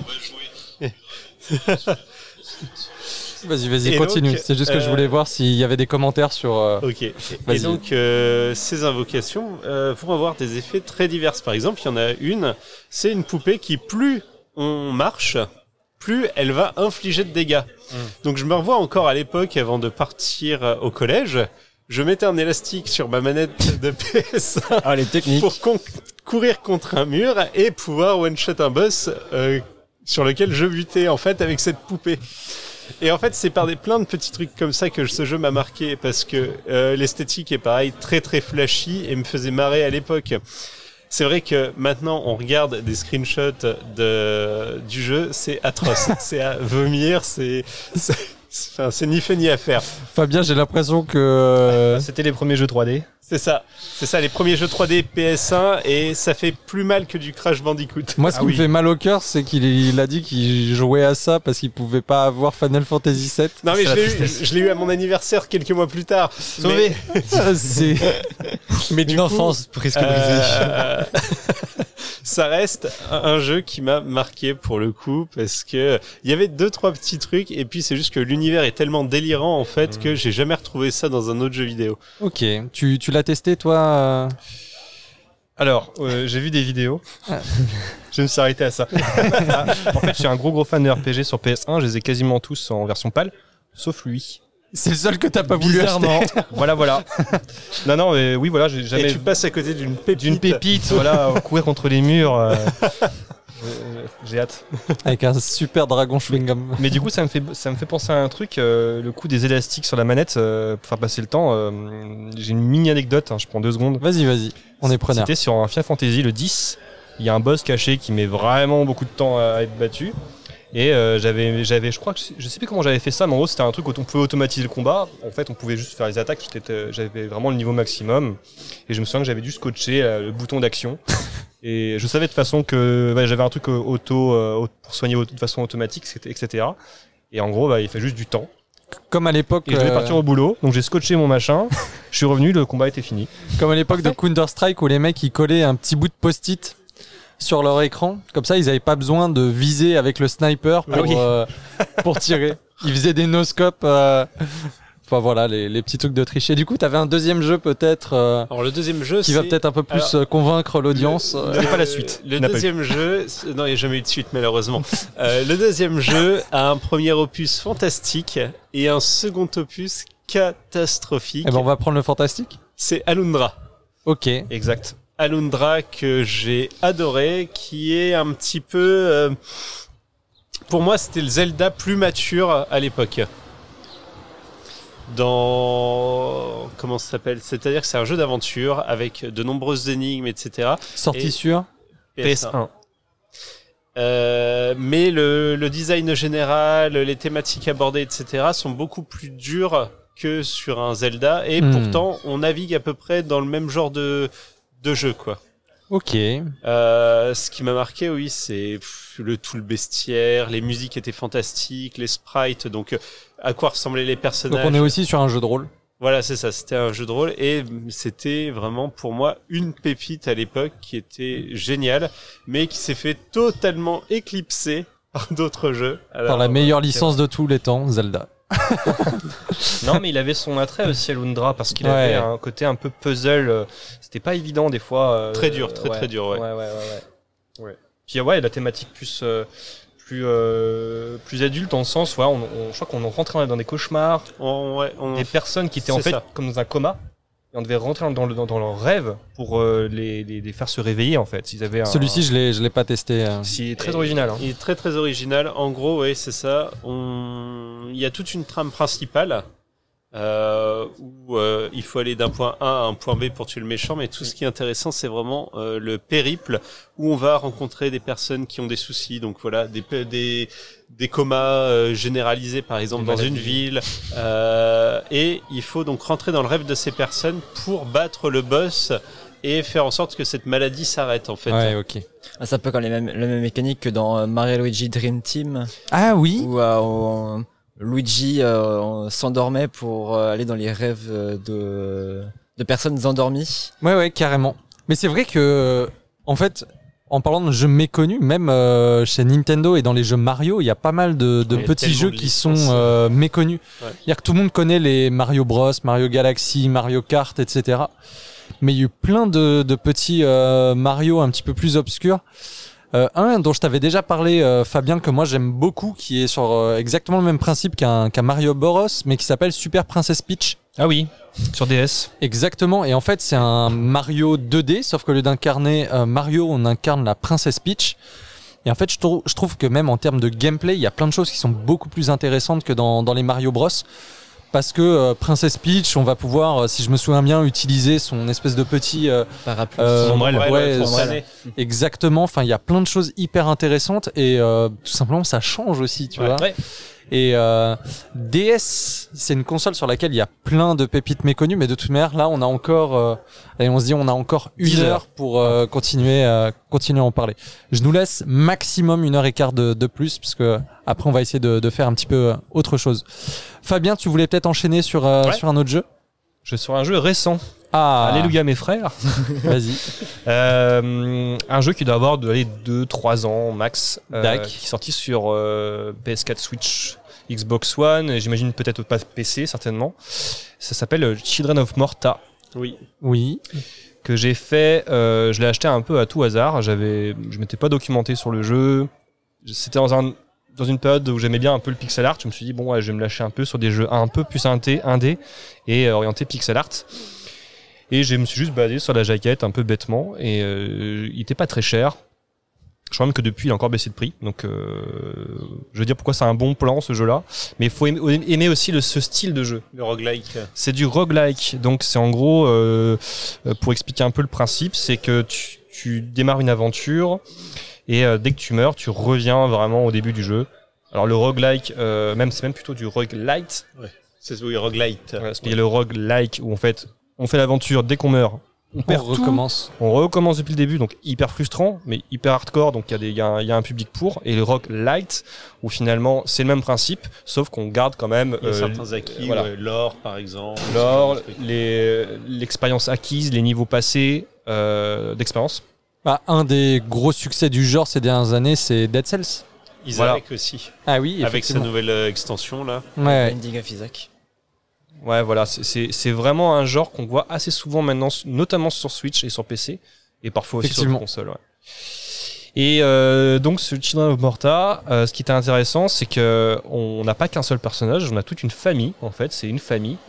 Vas-y, et continue. donc, C'est juste que je voulais voir s'il y avait des commentaires sur... Ok. Vas-y. Et donc, ces invocations vont avoir des effets très divers. Par exemple, il y en a une, c'est une poupée qui, plus on marche, plus elle va infliger de dégâts. Donc, je me revois encore à l'époque, avant de partir au collège, je mettais un élastique sur ma manette de PS1 Ah, les techniques. pour courir contre un mur et pouvoir one-shot un boss sur lequel je butais, en fait, avec cette poupée. Et en fait, c'est par plein de petits trucs comme ça que ce jeu m'a marqué, parce que l'esthétique est pareil, très très flashy, et me faisait marrer à l'époque. C'est vrai que maintenant, on regarde des screenshots du jeu, c'est atroce. C'est à vomir, c'est ni fait ni à faire. Fabien, j'ai l'impression que... C'était les premiers jeux 3D. C'est ça, les premiers jeux 3D PS1, et ça fait plus mal que du Crash Bandicoot. Moi, ce qui me fait mal au cœur, c'est qu'il a dit qu'il jouait à ça parce qu'il pouvait pas avoir Final Fantasy VII. Non mais je l'ai eu à mon anniversaire quelques mois plus tard. Sauvé. Mais du Une coup, enfance presque brisée. ça reste un jeu qui m'a marqué pour le coup, parce que il y avait 2-3 petits trucs, et puis c'est juste que l'univers est tellement délirant en fait que j'ai jamais retrouvé ça dans un autre jeu vidéo. Ok, tu l'as testé toi Alors, j'ai vu des vidéos. Je me suis arrêté à ça. En fait, je suis un gros fan de RPG sur PS1. Je les ai quasiment tous en version PAL, sauf lui. C'est le seul que t'as pas voulu Bizarrement. acheter. Voilà. Non, mais oui, voilà, j'ai jamais... Et tu passes à côté d'une pépite. D'une pépite, voilà, courir contre les murs. J'ai hâte. Avec un super dragon chewing-gum. Mais du coup, ça me fait penser à un truc, le coup des élastiques sur la manette pour faire passer le temps. J'ai une mini anecdote, je prends 2 secondes. Vas-y, on est preneur. C'était sur un Final Fantasy, le 10. Il y a un boss caché qui met vraiment beaucoup de temps à être battu. Et j'avais, je crois que je sais plus comment j'avais fait ça, mais en gros c'était un truc où on pouvait automatiser le combat. En fait, on pouvait juste faire les attaques. J'avais vraiment le niveau maximum. Et je me souviens que j'avais dû scotcher le bouton d'action. Et je savais de toute façon que j'avais un truc pour soigner de façon automatique, etc. Et en gros, il fait juste du temps. Comme à l'époque. Et je devais partir au boulot, donc j'ai scotché mon machin. Je suis revenu, le combat était fini. Comme à l'époque de Counter-Strike où les mecs ils collaient un petit bout de post-it sur leur écran. Comme ça, ils n'avaient pas besoin de viser avec le sniper pour tirer. Ils faisaient des no-scopes. Enfin voilà, les petits trucs de tricher. Du coup, t'avais un deuxième jeu peut-être Alors le deuxième jeu, qui va peut-être un peu plus convaincre l'audience. C'est pas la suite. Le deuxième jeu, non, il n'y a jamais eu de suite malheureusement. Le deuxième jeu a un premier opus fantastique et un second opus catastrophique. Eh ben, on va prendre le fantastique. C'est Alundra. Ok. Exact. Alundra que j'ai adoré, qui est un petit peu... pour moi, c'était le Zelda plus mature à l'époque. Comment ça s'appelle ? C'est-à-dire que c'est un jeu d'aventure avec de nombreuses énigmes, etc. Sorti sur PS1. Mais le design général, les thématiques abordées, etc. sont beaucoup plus dures que sur un Zelda. Et pourtant, on navigue à peu près dans le même genre de jeu, quoi. Ok. Ce qui m'a marqué, oui, c'est tout le bestiaire, les musiques étaient fantastiques, les sprites, donc à quoi ressemblaient les personnages. Donc on est aussi sur un jeu de rôle. Voilà, c'est ça, c'était un jeu de rôle et c'était vraiment pour moi une pépite à l'époque qui était géniale, mais qui s'est fait totalement éclipser par d'autres jeux. Alors, Par la meilleure licence de tous les temps, Zelda. Non, mais il avait son attrait aussi à Alundra parce qu'il avait un côté un peu puzzle. C'était pas évident des fois. Très dur, très dur, ouais. Ouais. Puis la thématique plus adulte dans le sens, je crois qu'on rentrait dans des cauchemars, des personnes qui étaient en fait comme dans un coma. Et on devait rentrer dans leur rêve pour les faire se réveiller en fait. Ils avaient Celui-ci, je l'ai pas testé. C'est très original. Il est très très original. En gros, oui, c'est ça. Il y a toute une trame principale où il faut aller d'un point A à un point B pour tuer le méchant, mais tout ce qui est intéressant, c'est vraiment le périple où on va rencontrer des personnes qui ont des soucis, donc voilà, des comas généralisés par exemple dans une ville, et il faut donc rentrer dans le rêve de ces personnes pour battre le boss et faire en sorte que cette maladie s'arrête en fait. Ouais, ok. C'est un peu comme la même mécanique que dans Mario Luigi Dream Team, Ah oui. où Luigi s'endormait pour aller dans les rêves de personnes endormies. Ouais, carrément. Mais c'est vrai que, en fait, en parlant de jeux méconnus, même chez Nintendo et dans les jeux Mario, il y a pas mal de petits jeux qui sont méconnus. Ouais. C'est-à-dire que tout le monde connaît les Mario Bros, Mario Galaxy, Mario Kart, etc. Mais il y a eu plein de petits Mario un petit peu plus obscurs. Un dont je t'avais déjà parlé, Fabien, que moi j'aime beaucoup, qui est sur exactement le même principe qu'un Mario Bros, mais qui s'appelle Super Princess Peach. Ah oui, sur DS. Exactement, et en fait c'est un Mario 2D, sauf que au lieu d'incarner Mario, on incarne la Princesse Peach. Et en fait je trouve que même en termes de gameplay, il y a plein de choses qui sont beaucoup plus intéressantes que dans les Mario Bros. Parce que Princess Peach, on va pouvoir, si je me souviens bien, utiliser son espèce de petit Parapluie. Son ombrelle. ouais, Voilà. exactement. Enfin, il y a plein de choses hyper intéressantes et tout simplement ça change aussi, tu vois. Ouais. Et DS, c'est une console sur laquelle il y a plein de pépites méconnues, mais de toute manière, là, on a encore, allez, on se dit, on a encore 10 1 heure pour continuer à en parler. Je nous laisse maximum 1h15 de plus, parce que après, on va essayer de faire un petit peu autre chose. Fabien, tu voulais peut-être enchaîner sur un autre jeu? Je suis sur un jeu récent. Ah, Alléluia mes frères. vas-y. Un jeu qui doit avoir 2-3 ans max, Dac. qui est sorti sur PS4, Switch, Xbox One, et j'imagine peut-être pas PC certainement. Ça s'appelle Children of Morta, Oui. que j'ai fait, je l'ai acheté un peu à tout hasard. Je m'étais pas documenté sur le jeu. C'était dans une période où j'aimais bien un peu le pixel art. Je me suis dit bon, ouais, je vais me lâcher un peu sur des jeux un peu plus indé et orienté pixel art. Et je me suis juste baladé sur la jaquette un peu bêtement, et il était pas très cher. Je crois même que depuis il a encore baissé de prix, donc je veux dire pourquoi c'est un bon plan ce jeu-là. Mais il faut aimer aussi ce style de jeu. Le roguelike. C'est du roguelike, donc c'est en gros, pour expliquer un peu le principe, c'est que tu démarres une aventure et dès que tu meurs, tu reviens vraiment au début du jeu. Alors le roguelike, c'est même plutôt du roguelite. Ouais. C'est oui, roguelite. Ouais, parce qu'il y a le roguelike où en fait on fait l'aventure, dès qu'on meurt, on perd tout. On recommence depuis le début, donc hyper frustrant, mais hyper hardcore, donc il y a un public pour. Et le roguelite, où finalement c'est le même principe, sauf qu'on garde quand même il y a certains acquis, voilà. l'or par exemple. L'or, l'expérience acquise, les niveaux passés d'expérience. Bah, un des gros succès du genre ces dernières années, c'est Dead Cells. Isaac aussi. Ah oui, avec sa nouvelle extension là. Ouais. Binding of Isaac. Ouais, voilà, c'est vraiment un genre qu'on voit assez souvent maintenant, notamment sur Switch et sur PC, et parfois aussi sur les consoles. Ouais. Et donc ce Children of Morta, ce qui était intéressant, c'est que on n'a pas qu'un seul personnage, on a toute une famille en fait. C'est une famille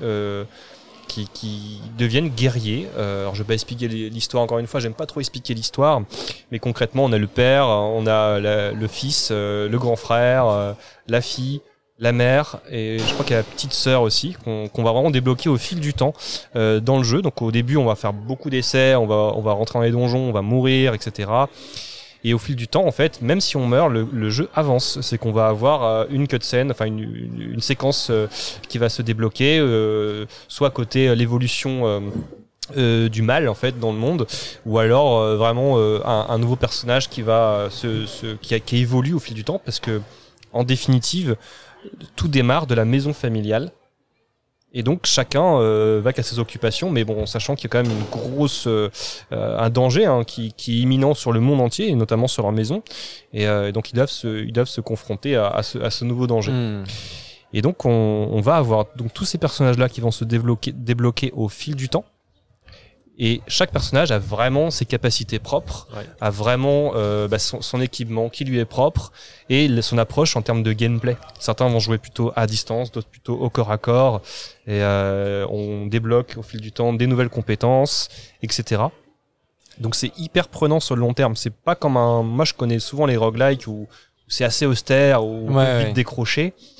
qui deviennent guerriers. Alors je vais pas expliquer l'histoire encore une fois, j'aime pas trop expliquer l'histoire, mais concrètement on a le père, on a le fils, le grand frère, la fille, la mère, et je crois qu'il y a la petite sœur aussi qu'on va vraiment débloquer au fil du temps dans le jeu. Donc au début on va faire beaucoup d'essais, on va rentrer dans les donjons, on va mourir, etc. Et au fil du temps, en fait, même si on meurt, le jeu avance. C'est qu'on va avoir une cutscene, enfin une séquence qui va se débloquer, soit côté l'évolution du mal en fait dans le monde, ou alors vraiment un nouveau personnage qui va qui évolue au fil du temps, parce que en définitive, tout démarre de la maison familiale. Et donc chacun va qu'à ses occupations, mais bon, sachant qu'il y a quand même une grosse un danger qui est imminent sur le monde entier, et notamment sur leur maison, et donc ils doivent se confronter à ce nouveau danger. Et donc on va avoir donc tous ces personnages là qui vont se débloquer au fil du temps. Et chaque personnage a vraiment ses capacités propres, a vraiment son équipement qui lui est propre, et son approche en termes de gameplay. Certains vont jouer plutôt à distance, d'autres plutôt au corps à corps, et on débloque au fil du temps des nouvelles compétences, etc. Donc c'est hyper prenant sur le long terme. C'est pas comme moi je connais souvent les roguelikes où c'est assez austère, où on peut vite décrocher.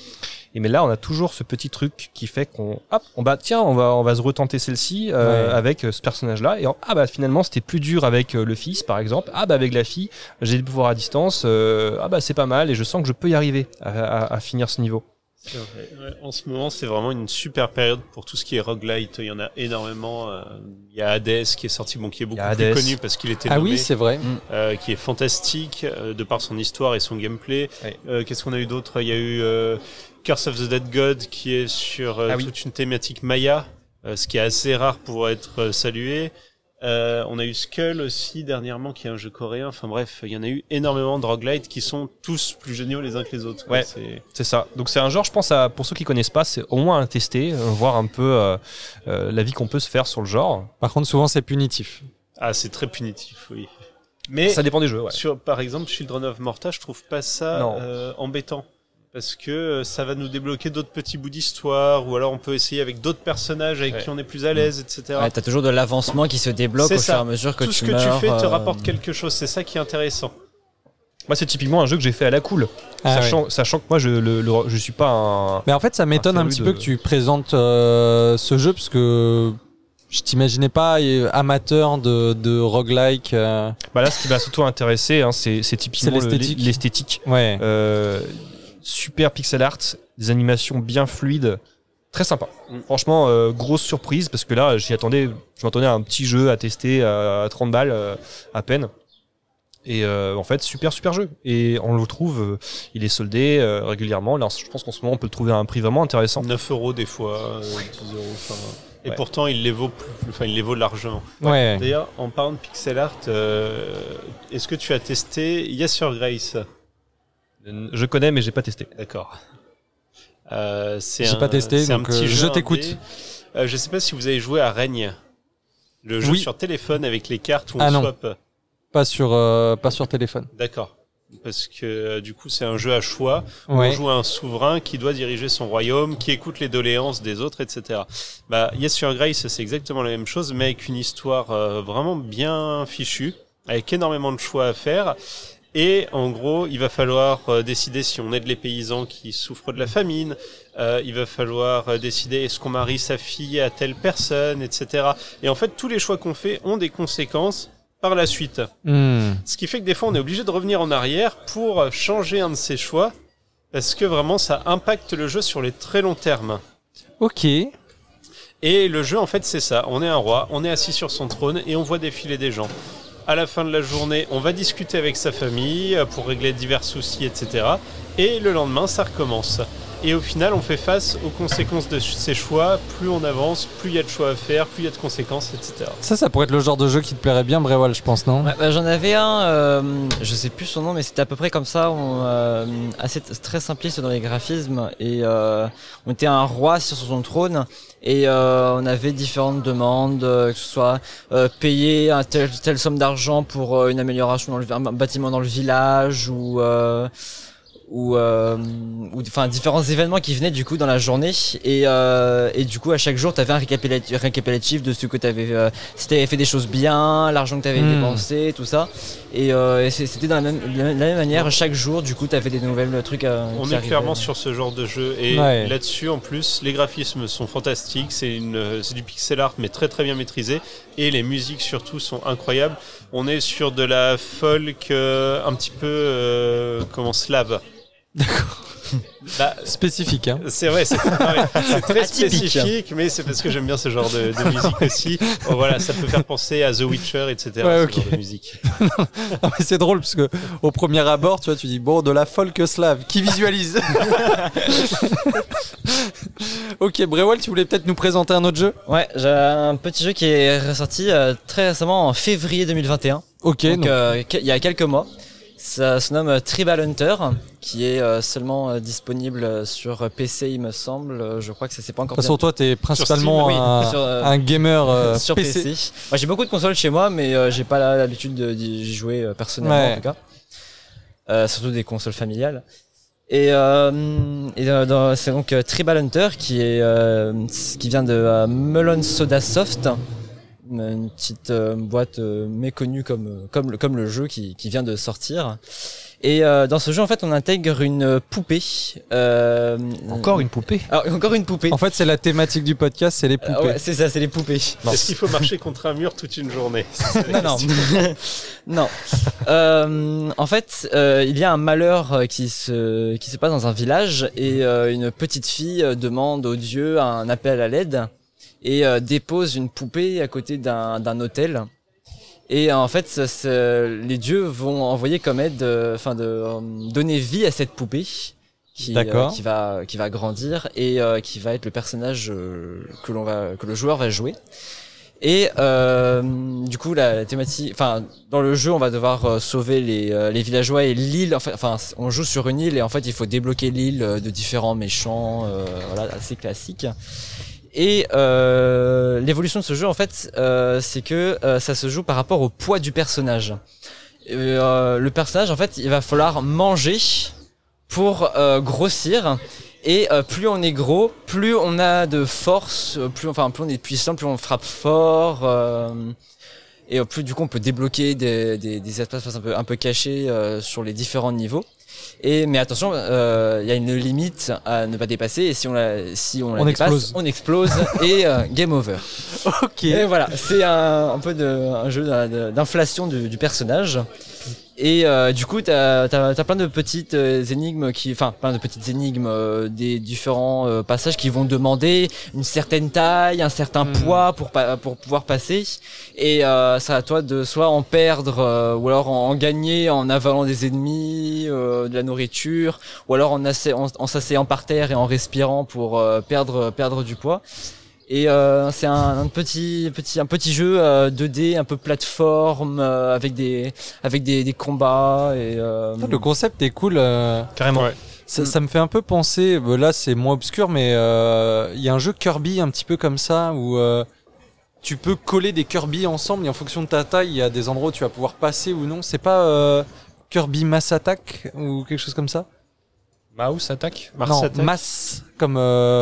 Et mais là, on a toujours ce petit truc qui fait qu'on on va se retenter celle-ci avec ce personnage-là. Et finalement, c'était plus dur avec le fils, par exemple. Avec la fille, j'ai des pouvoirs à distance. C'est pas mal et je sens que je peux y arriver à finir ce niveau. C'est vrai. Ouais, en ce moment, c'est vraiment une super période pour tout ce qui est roguelite. Il y en a énormément. Il y a Hades qui est sorti, qui est beaucoup plus connu parce qu'il était nommé. Ah oui, c'est vrai. Qui est fantastique de par son histoire et son gameplay. Ouais. Qu'est-ce qu'on a eu d'autre ? Il y a eu Curse of the Dead God qui est sur toute une thématique Maya, ce qui est assez rare pour être salué. On a eu Skull aussi dernièrement qui est un jeu coréen. Enfin bref, il y en a eu énormément de roguelite qui sont tous plus géniaux les uns que les autres. Ouais, c'est ça. Donc c'est un genre, je pense, pour ceux qui connaissent pas, c'est au moins à tester, voir un peu la vie qu'on peut se faire sur le genre. Par contre, souvent c'est punitif. Ah, c'est très punitif, oui. Mais ça dépend des jeux. Ouais. Par exemple, Children of Morta, je trouve pas ça embêtant. Parce que ça va nous débloquer d'autres petits bouts d'histoire, ou alors on peut essayer avec d'autres personnages avec qui on est plus à l'aise, etc. Ouais, t'as toujours de l'avancement qui se débloque au fur et à mesure que tu meurs. Tout ce que tu fais te rapporte quelque chose, c'est ça qui est intéressant. Moi, c'est typiquement un jeu que j'ai fait à la cool, sachant que moi, je suis pas un... Mais en fait, ça m'étonne un petit peu que tu présentes ce jeu, parce que je t'imaginais pas amateur de roguelike. Là, ce qui va surtout intéresser, c'est typiquement l'esthétique. Ouais. Super pixel art, des animations bien fluides, très sympa. Franchement, grosse surprise parce que là, je m'attendais à un petit jeu à tester à 30 balles à peine. Et en fait, super jeu. Et on le trouve, il est soldé régulièrement. Là, je pense qu'en ce moment, on peut le trouver à un prix vraiment intéressant. 9€ des fois, 10€. Et pourtant, il les vaut largement. Ouais. D'ailleurs, en parlant de pixel art, est-ce que tu as testé Yes Your Grace ? Je connais, mais j'ai pas testé. D'accord. J'ai pas testé, donc un petit jeu je t'écoute. Je sais pas si vous avez joué à Règne, le jeu sur téléphone avec les cartes où on swap. Pas sur téléphone. D'accord. Parce que du coup, c'est un jeu à choix où on joue un souverain qui doit diriger son royaume, qui écoute les doléances des autres, etc. Yes Your Grace, c'est exactement la même chose, mais avec une histoire vraiment bien fichue, avec énormément de choix à faire. Et en gros, il va falloir décider si on aide les paysans qui souffrent de la famine. Il va falloir décider est-ce qu'on marie sa fille à telle personne, etc. Et en fait, tous les choix qu'on fait ont des conséquences par la suite. Ce qui fait que des fois, on est obligé de revenir en arrière pour changer un de ces choix parce que vraiment, ça impacte le jeu sur les très longs termes. Ok. Et le jeu, en fait, c'est ça. On est un roi, on est assis sur son trône et on voit défiler des gens. À la fin de la journée, on va discuter avec sa famille pour régler divers soucis, etc. Et le lendemain, ça recommence. Et au final, on fait face aux conséquences de ces choix. Plus on avance, plus il y a de choix à faire, plus il y a de conséquences, etc. Ça pourrait être le genre de jeu qui te plairait bien, Brewal, je pense, non ? J'en avais un, je sais plus son nom, mais c'était à peu près comme ça, assez très simpliste dans les graphismes. Et on était un roi sur son trône. Et on avait différentes demandes, que ce soit payer telle somme d'argent pour une amélioration dans un bâtiment dans le village ou enfin différents événements qui venaient du coup dans la journée et du coup à chaque jour t'avais un récapitulatif de ce que t'avais si t'avais fait des choses bien, l'argent que t'avais dépensé, tout ça et c'était de la même manière chaque jour. Du coup t'avais des nouvelles trucs on est clairement sur ce genre de jeu et là-dessus en plus les graphismes sont fantastiques, c'est du pixel art mais très très bien maîtrisé et les musiques surtout sont incroyables. On est sur de la folk un petit peu slave. D'accord. Spécifique, hein. C'est vrai, c'est très spécifique, mais c'est parce que j'aime bien ce genre de musique aussi. Voilà, ça peut faire penser à The Witcher, etc. Ce genre de musique. Non, mais c'est drôle parce que au premier abord, tu dis bon, de la folk slave, qui visualise. Ok, Brewal, tu voulais peut-être nous présenter un autre jeu ? Ouais, j'ai un petit jeu qui est ressorti très récemment en février 2021. Ok, donc il y a quelques mois. Ça se nomme Tribal Hunter, qui est seulement disponible sur PC, il me semble. Je crois que ça c'est pas encore. De toute façon, toi, t'es principalement un gamer sur PC. Moi, j'ai beaucoup de consoles chez moi, mais j'ai pas l'habitude d'y jouer personnellement en tout cas. Surtout des consoles familiales. Et c'est donc Tribal Hunter qui vient de Melon Soda Soft. Une petite boîte méconnue comme le jeu qui vient de sortir. Et dans ce jeu, en fait, on intègre une poupée. Encore une poupée. Alors, encore une poupée. En fait, c'est la thématique du podcast, c'est les poupées. Ouais, c'est ça, c'est les poupées. Est-ce qu'il faut marcher contre un mur toute une journée? Non. Non. En fait, il y a un malheur qui se passe dans un village et une petite fille demande aux dieux un appel à l'aide et dépose une poupée à côté d'un hôtel. Et en fait, les dieux vont envoyer comme aide, de donner vie à cette poupée qui va grandir et qui va être le personnage que le joueur va jouer. Et du coup, la thématique, dans le jeu, on va devoir sauver les villageois et l'île. On joue sur une île et en fait, il faut débloquer l'île de différents méchants, assez classique. Et l'évolution de ce jeu, en fait, c'est que ça se joue par rapport au poids du personnage. Le personnage, en fait, il va falloir manger pour grossir. Et plus on est gros, plus on a de force, plus on est puissant, plus on frappe fort. Et plus du coup, on peut débloquer des espaces un peu cachés sur les différents niveaux. Mais attention, il y a une limite à ne pas dépasser et si on dépasse, on explose et game over. Ok. Et voilà, c'est un peu un jeu d'inflation du personnage. Et du coup, t'as plein de petites énigmes des différents passages qui vont demander une certaine taille, un certain poids pour pouvoir passer. Et c'est à toi de soit en perdre ou alors en gagner en avalant des ennemis, de la nourriture, ou alors en s'asseyant par terre et en respirant pour perdre du poids. Et c'est un petit jeu 2D un peu plateforme avec des combats et Le concept est cool. Carrément. Ouais. Ça me fait un peu penser, là c'est moins obscur, mais il y a un jeu Kirby un petit peu comme ça où tu peux coller des Kirby ensemble et en fonction de ta taille, il y a des endroits où tu vas pouvoir passer ou non. C'est pas Kirby Mass Attack ou quelque chose comme ça? Mouse attack. Non, Mass comme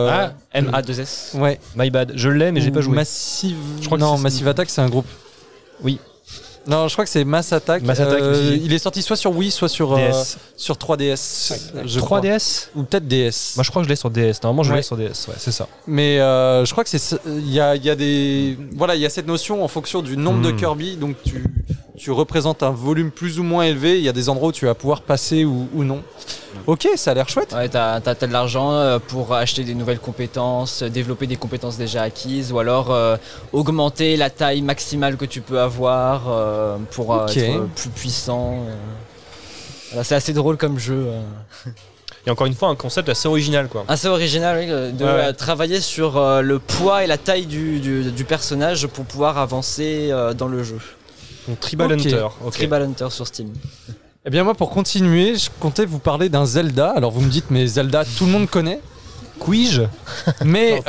MA2S. ouais. My bad. Je l'ai, mais j'ai pas joué. Massive. Je crois que non, c'est- Massive Attack c'est un groupe. Oui. Non, je crois que c'est Mass Attack. Mass Attack, oui. Il est sorti soit sur Wii, soit sur DS. sur 3DS. Je crois. 3DS. Ou peut-être DS. Moi, je crois que je l'ai sur DS. Normalement, je Ouais. l'ai sur DS. Ouais, c'est ça. Mais je crois que il y a des voilà, il y a cette notion en fonction du nombre de Kirby, donc tu représentes un volume plus ou moins élevé, il y a des endroits où tu vas pouvoir passer ou non. OK, ça a l'air chouette. Ouais, t'as de l'argent pour acheter des nouvelles compétences, développer des compétences déjà acquises, ou alors augmenter la taille maximale que tu peux avoir pour être plus puissant. Voilà, c'est assez drôle comme jeu. Et encore une fois, un concept assez original, quoi. Assez original, oui, de Ouais. travailler sur le poids et la taille du personnage pour pouvoir avancer dans le jeu. Donc, Tribal Ok. Hunter. Ok. Tribal Hunter sur Steam. Eh bien moi pour continuer, je comptais vous parler d'un Zelda. Alors vous me dites mais Zelda tout le monde connaît. Quij. Mais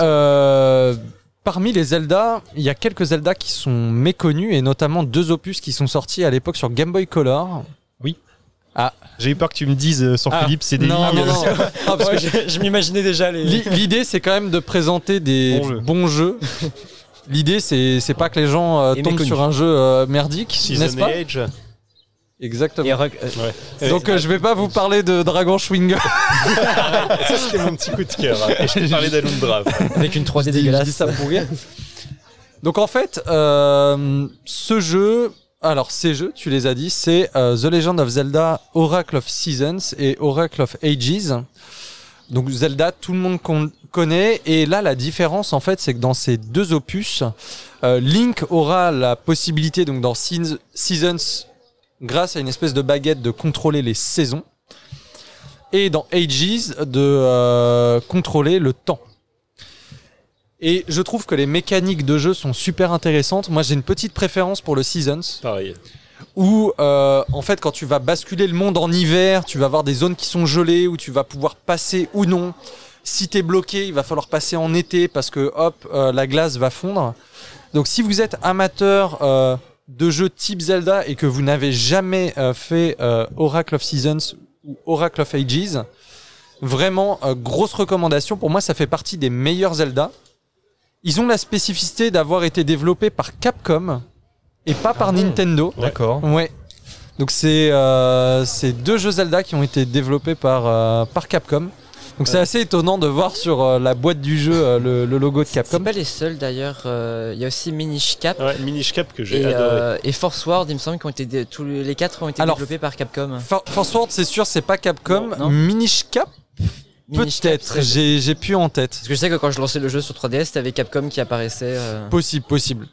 parmi les Zelda, il y a quelques Zelda qui sont méconnus et notamment 2 opus qui sont sortis à l'époque sur Game Boy Color. J'ai eu peur que tu me dises sur Ah. Philippe, c'est des Non, lignes. non, non. Ah, parce que je m'imaginais déjà les... l'idée c'est quand même de présenter des Bons jeux. bons jeux. L'idée c'est pas que les gens Et tombent méconnus. sur un jeu merdique, Season n'est-ce pas? Age. Exactement. Ouais. Donc je vais pas vous parler de Dragon Schwinger. Ça, c'était mon petit coup de cœur. Hein. Et je t'ai parlé d'Alundra. avec une 3D Je dégueulasse. dis ça pour rien. Donc en fait, ce jeu, alors ces jeux, tu les as dit, c'est The Legend of Zelda Oracle of Seasons et Oracle of Ages. Donc Zelda, tout le monde connaît. Et là, la différence, en fait, c'est que dans ces 2 opus, Link aura la possibilité, donc dans Seasons, grâce à une espèce de baguette, de contrôler les saisons. Et dans Ages, de contrôler le temps. Et je trouve que les mécaniques de jeu sont super intéressantes. Moi, j'ai une petite préférence pour le Seasons, Pareil. où en fait, quand tu vas basculer le monde en hiver, tu vas avoir des zones qui sont gelées, où tu vas pouvoir passer ou non. Si t'es bloqué, il va falloir passer en été parce que hop, la glace va fondre. Donc, si vous êtes amateur de jeux type Zelda et que vous n'avez jamais fait Oracle of Seasons ou Oracle of Ages, vraiment grosse recommandation. Pour moi, ça fait partie des meilleurs Zelda. Ils ont la spécificité d'avoir été développés par Capcom et pas par Nintendo. D'accord. Ouais. Donc c'est 2 jeux Zelda qui ont été développés par Capcom. Donc c'est assez étonnant de voir sur la boîte du jeu le logo de Capcom. C'est pas les seuls d'ailleurs. Il y a aussi Minish Cap. Ouais, Minish Cap que j'ai adoré. Et Force World, il me semble qu'ils tous les 4 ont été développés par Capcom. Force World, c'est sûr, c'est pas Capcom. Non. Minish Cap, Minish Cap, peut-être. J'ai plus en tête. Parce que je sais que quand je lançais le jeu sur 3DS, c'était avec Capcom qui apparaissait. Possible.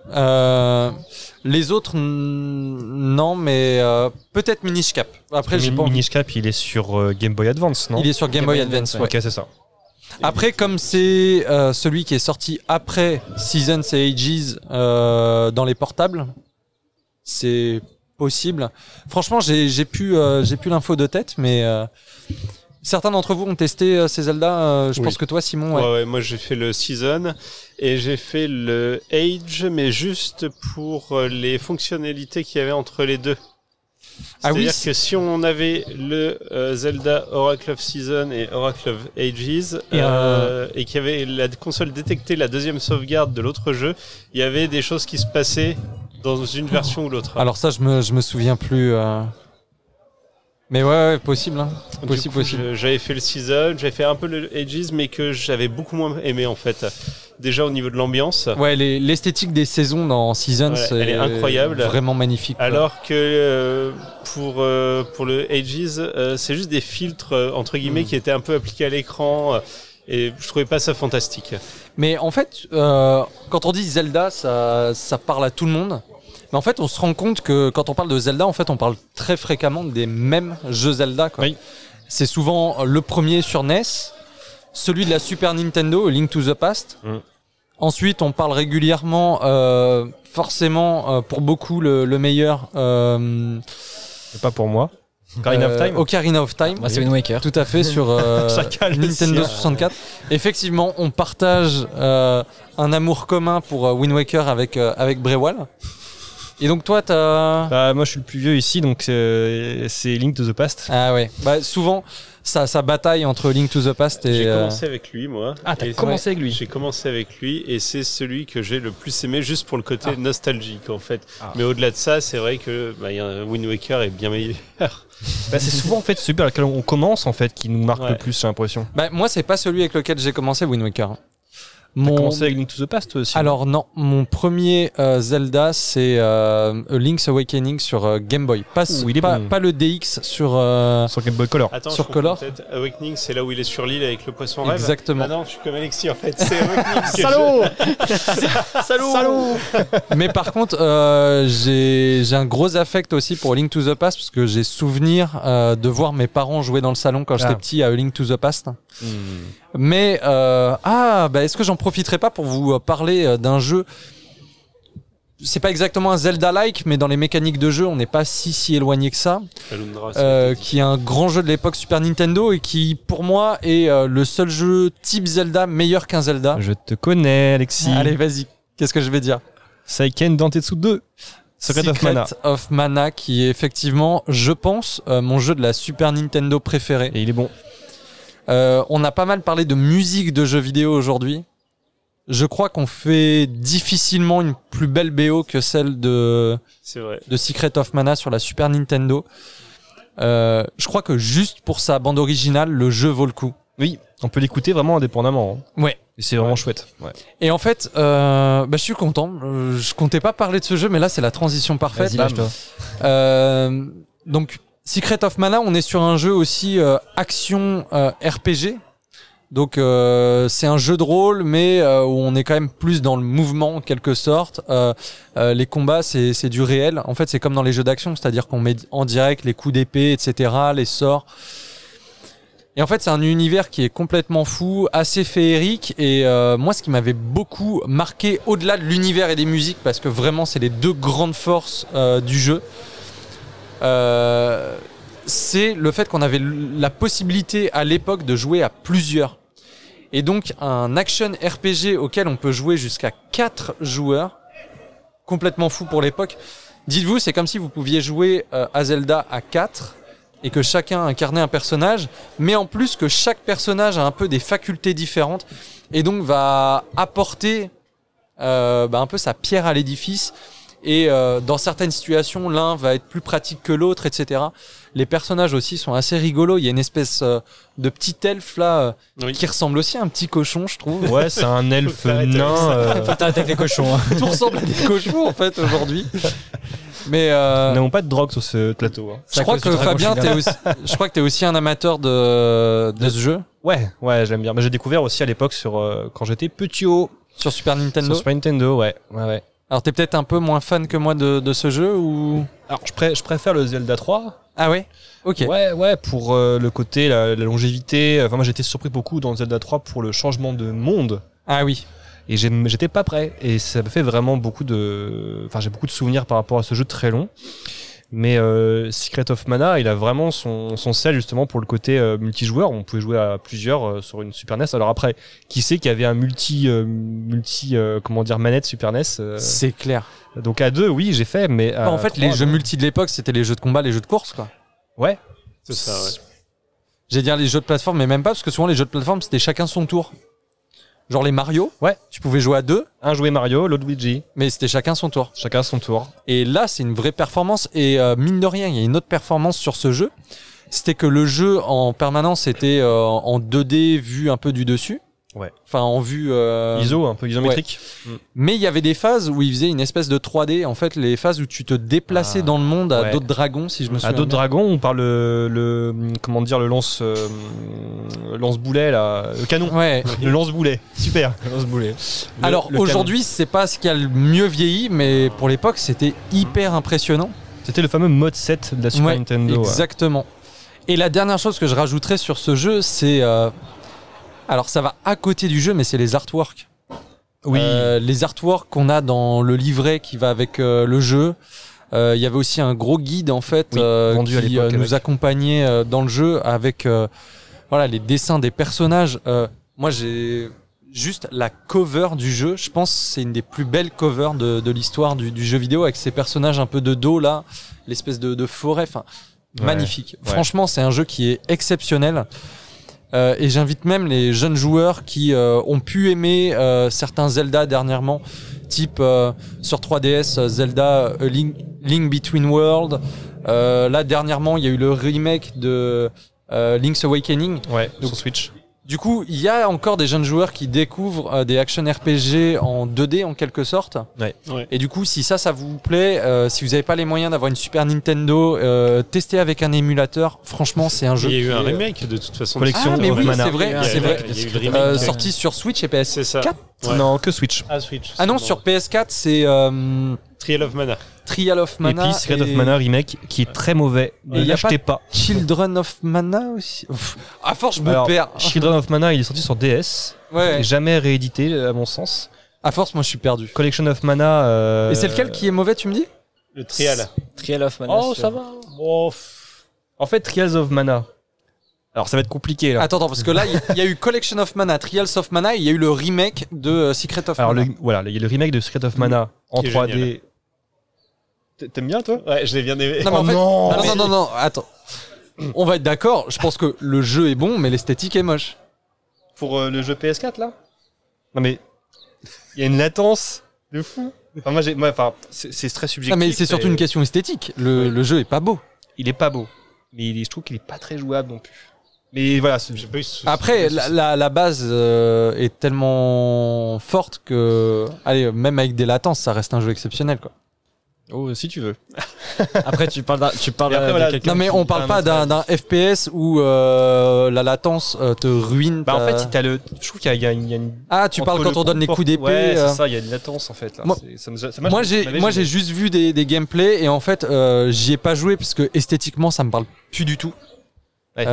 Les autres, non, mais peut-être Minish Cap. Après, j'ai pas envie. Minish Cap, il est sur Game Boy Advance, non? Il est sur Game Boy Advance, ouais. Ok, c'est ça. Après, comme c'est celui qui est sorti après Seasons et Ages dans les portables, c'est possible. Franchement, j'ai plus l'info de tête, mais certains d'entre vous ont testé ces Zelda. Je pense que toi, Simon. Ouais, moi j'ai fait le Season et j'ai fait le Age, mais juste pour les fonctionnalités qu'il y avait entre les deux. C'est-à-dire que si on avait le Zelda Oracle of Season et Oracle of Ages et qu'il y avait la console détectait la deuxième sauvegarde de l'autre jeu, il y avait des choses qui se passaient dans une version ou l'autre. Alors ça, je me souviens plus. Mais ouais, possible. Hein. Possible. J'avais fait le Season, j'avais fait un peu le Ages, mais que j'avais beaucoup moins aimé en fait. Déjà au niveau de l'ambiance. Ouais, l'esthétique des saisons dans Seasons, elle est incroyable. Vraiment magnifique. Alors que pour le Ages, c'est juste des filtres entre guillemets qui étaient un peu appliqués à l'écran. Et je trouvais pas ça fantastique. Mais en fait, quand on dit Zelda, ça parle à tout le monde. Mais en fait, on se rend compte que quand on parle de Zelda, en fait, on parle très fréquemment des mêmes jeux Zelda, quoi. Oui. C'est souvent le premier sur NES, celui de la Super Nintendo, Link to the Past. Ensuite, on parle régulièrement, forcément, pour beaucoup, le meilleur. Et pas pour moi. Ocarina of Time. Ocarina of Time. Moi, c'est Wind Waker. Tout à fait, sur Nintendo 64. Effectivement, on partage un amour commun pour Wind Waker avec Brewal. Et donc toi, moi, je suis le plus vieux ici, donc c'est Link to the Past. Ah ouais. Souvent, ça bataille entre Link to the Past et... J'ai commencé avec lui, moi. Ah, t'as commencé avec lui. J'ai commencé avec lui et c'est celui que j'ai le plus aimé juste pour le côté nostalgique, en fait. Mais au-delà de ça, c'est vrai que Wind Waker est bien meilleur. C'est souvent en fait celui par lequel on commence en fait qui nous marque le plus, j'ai l'impression. Moi, c'est pas celui avec lequel j'ai commencé, Wind Waker. T'as commencé avec Link to the Past aussi? Alors non, mon premier Zelda, c'est Link's Awakening sur Game Boy. Pas le DX sur Game Boy Color. Attends, sur Color. Awakening, c'est là où il est sur l'île avec le poisson rêve. Exactement. Ah non, je suis comme Alexis en fait. C'est Awakening. Salaud. Mais par contre, j'ai un gros affect aussi pour Link to the Past parce que j'ai souvenir de voir mes parents jouer dans le salon quand j'étais petit à Link to the Past. Mais est-ce que j'en profiterai pas pour vous parler d'un jeu? C'est pas exactement un Zelda-like, mais dans les mécaniques de jeu, on n'est pas si éloigné que ça. Qui est un grand jeu de l'époque Super Nintendo et qui, pour moi, est le seul jeu type Zelda meilleur qu'un Zelda. Je te connais, Alexis. Allez, vas-y. Qu'est-ce que je vais dire? Seiken Dentetsu 2. Secret of Mana, qui est effectivement, je pense, mon jeu de la Super Nintendo préféré. Et il est bon. On a pas mal parlé de musique de jeux vidéo aujourd'hui. Je crois qu'on fait difficilement une plus belle BO que celle de Secret of Mana sur la Super Nintendo. Je crois que juste pour sa bande originale, le jeu vaut le coup. Oui, on peut l'écouter vraiment indépendamment. Ouais. Et c'est vraiment chouette. Ouais. Et en fait, je suis content. Je comptais pas parler de ce jeu, mais là, c'est la transition parfaite. Vas-y, lâche-toi. Donc, Secret of Mana, on est sur un jeu aussi action RPG. Donc c'est un jeu de rôle, mais où on est quand même plus dans le mouvement en quelque sorte. Les combats, c'est du réel. En fait, c'est comme dans les jeux d'action, c'est-à-dire qu'on met en direct les coups d'épée, etc., les sorts. Et en fait, c'est un univers qui est complètement fou, assez féerique. Et moi, ce qui m'avait beaucoup marqué, au-delà de l'univers et des musiques, parce que vraiment, c'est les deux grandes forces du jeu, c'est le fait qu'on avait la possibilité à l'époque de jouer à plusieurs. Et donc un action RPG auquel on peut jouer jusqu'à 4 joueurs, complètement fou pour l'époque. Dites-vous, c'est comme si vous pouviez jouer à Zelda à 4 et que chacun incarnait un personnage, mais en plus que chaque personnage a un peu des facultés différentes et donc va apporter un peu sa pierre à l'édifice. Et dans certaines situations, l'un va être plus pratique que l'autre, etc. Les personnages aussi sont assez rigolos. Il y a une espèce de petit elfe là qui ressemble aussi à un petit cochon, je trouve. Ouais, c'est un elfe nain. Faut t'arrêter avec les cochons. Hein. Tout ressemble à des cochons en fait aujourd'hui. Mais Nous n'avons pas de drogue sur ce plateau. Hein. je crois que Fabien, je crois que t'es aussi un amateur de ce jeu. Ouais, j'aime bien. Mais j'ai découvert aussi à l'époque quand j'étais petit Sur Super Nintendo. Sur Super Nintendo, ouais. Alors t'es peut-être un peu moins fan que moi de ce jeu ou... Alors je préfère le Zelda 3. Ah ouais. Ok. Ouais, pour le côté, la longévité. Enfin, moi j'étais surpris beaucoup dans Zelda 3 pour le changement de monde. Ah oui. Et j'étais pas prêt. Et ça me fait vraiment j'ai beaucoup de souvenirs par rapport à ce jeu très long. Mais Secret of Mana, il a vraiment son sel justement pour le côté multijoueur. On pouvait jouer à plusieurs sur une Super NES. Alors après, qui sait qu'il y avait un multi manette Super NES C'est clair. Donc à 2, oui, j'ai fait, mais en fait, 3, les jeux multi de l'époque, c'était les jeux de combat, les jeux de course, quoi. Ouais. C'est ça, ouais. J'allais dire les jeux de plateforme, mais même pas, parce que souvent les jeux de plateforme, c'était chacun son tour. Genre les Mario, ouais, tu pouvais jouer à 2. Un jouait Mario, l'autre Luigi. Mais c'était chacun son tour. Chacun son tour. Et là, c'est une vraie performance. Et mine de rien, il y a une autre performance sur ce jeu. C'était que le jeu en permanence était en 2D vu un peu du dessus. Ouais. Enfin, en vue... ISO, un peu isométrique. Ouais. Mais il y avait des phases où il faisait une espèce de 3D. En fait, les phases où tu te déplaçais dans le monde à d'autres dragons, si je me souviens. À d'autres dragons, on parle le lance-boulet, là. Le canon. Ouais. Le lance-boulet. Super. Le lance-boulet. Alors, aujourd'hui, c'est pas ce qui a le mieux vieilli, mais pour l'époque, c'était hyper impressionnant. C'était le fameux mode 7 de la Super Nintendo. Exactement. Ouais. Et la dernière chose que je rajouterais sur ce jeu, c'est... Alors ça va à côté du jeu, mais c'est les artworks. Oui. Les artworks qu'on a dans le livret qui va avec le jeu. Il y avait aussi un gros guide en fait qui nous accompagnait dans le jeu avec les dessins des personnages. Moi j'ai juste la cover du jeu. Je pense que c'est une des plus belles covers de l'histoire du jeu vidéo avec ces personnages un peu de dos là, l'espèce de forêt. Enfin, magnifique. Ouais. Franchement, c'est un jeu qui est exceptionnel. Et j'invite même les jeunes joueurs qui ont pu aimer certains Zelda dernièrement, type sur 3DS Zelda Link Between Worlds. Là dernièrement, il y a eu le remake de Link's Awakening. Ouais, sur Switch. Du coup, il y a encore des jeunes joueurs qui découvrent des action RPG en 2D en quelque sorte. Ouais. Et du coup, si ça vous plaît, si vous n'avez pas les moyens d'avoir une Super Nintendo, testez avec un émulateur. Franchement, c'est un jeu. Il y a eu un remake de toute façon. Collection. Ah mais oui, Mana. c'est vrai. Sorti sur Switch et PS4. C'est ça. Ouais. Non, que Switch. Ah Switch. Ah non, sur PS4, c'est Trial of Mana. Trial of Mana. Et puis Secret of Mana remake qui est très mauvais. Et il y a pas. Children of Mana aussi. À force, je me perds. Children of Mana, il est sorti sur DS. Ouais. Jamais réédité, à mon sens. À force, moi, je suis perdu. Collection of Mana. Et c'est lequel qui est mauvais, tu me dis? Le Trial. Trial of Mana. Oh, ça va. Oh. En fait, Trials of Mana. Alors, ça va être compliqué, là. Attends, parce que là, il y a eu Collection of Mana, Trials of Mana, et il y a eu le remake de Secret of Mana. Alors, il y a le remake de Secret of Mana en 3D. Génial. T'aimes bien, toi? Ouais, je l'ai bien aimé. Non, mais en fait, non, attends. On va être d'accord, je pense que le jeu est bon, mais l'esthétique est moche. Pour le jeu PS4, là? Non, mais il y a une latence de fou. Enfin, c'est très subjectif. Non, mais c'est surtout une question esthétique. Le jeu est pas beau. Il est pas beau. Mais je trouve qu'il est pas très jouable non plus. Mais voilà. Après, la base est tellement forte que, allez, même avec des latences, ça reste un jeu exceptionnel, quoi. Oh, si tu veux. Après, tu parles voilà, de quelqu'un. Non, mais on parle pas d'un FPS où la latence te ruine. Bah, en fait, je trouve qu'il y a une. Ah, tu parles quand on donne les coups d'épée. Ouais, c'est ça, il y a une latence en fait. Là. Moi, j'ai juste vu des gameplays et en fait, j'y ai pas joué parce que esthétiquement, ça me parle plus du tout. Ouais.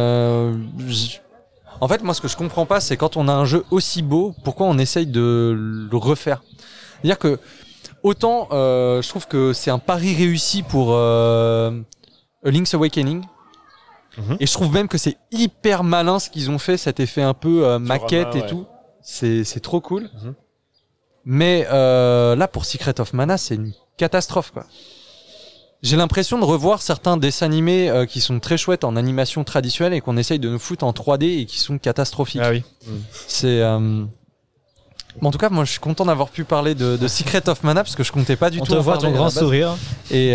En fait, moi, ce que je comprends pas, c'est quand on a un jeu aussi beau, pourquoi on essaye de le refaire? C'est-à-dire que autant, je trouve que c'est un pari réussi pour A Link's Awakening. Et je trouve même que c'est hyper malin ce qu'ils ont fait, cet effet un peu maquette et tout. C'est trop cool. Mais là, pour Secret of Mana, c'est une catastrophe, quoi. J'ai l'impression de revoir certains dessins animés qui sont très chouettes en animation traditionnelle et qu'on essaye de nous foutre en 3D et qui sont catastrophiques. Ah oui. Bon, en tout cas, moi, je suis content d'avoir pu parler de Secret of Mana parce que je comptais pas du On tout. te en voit parler ton à grand la base. sourire. Et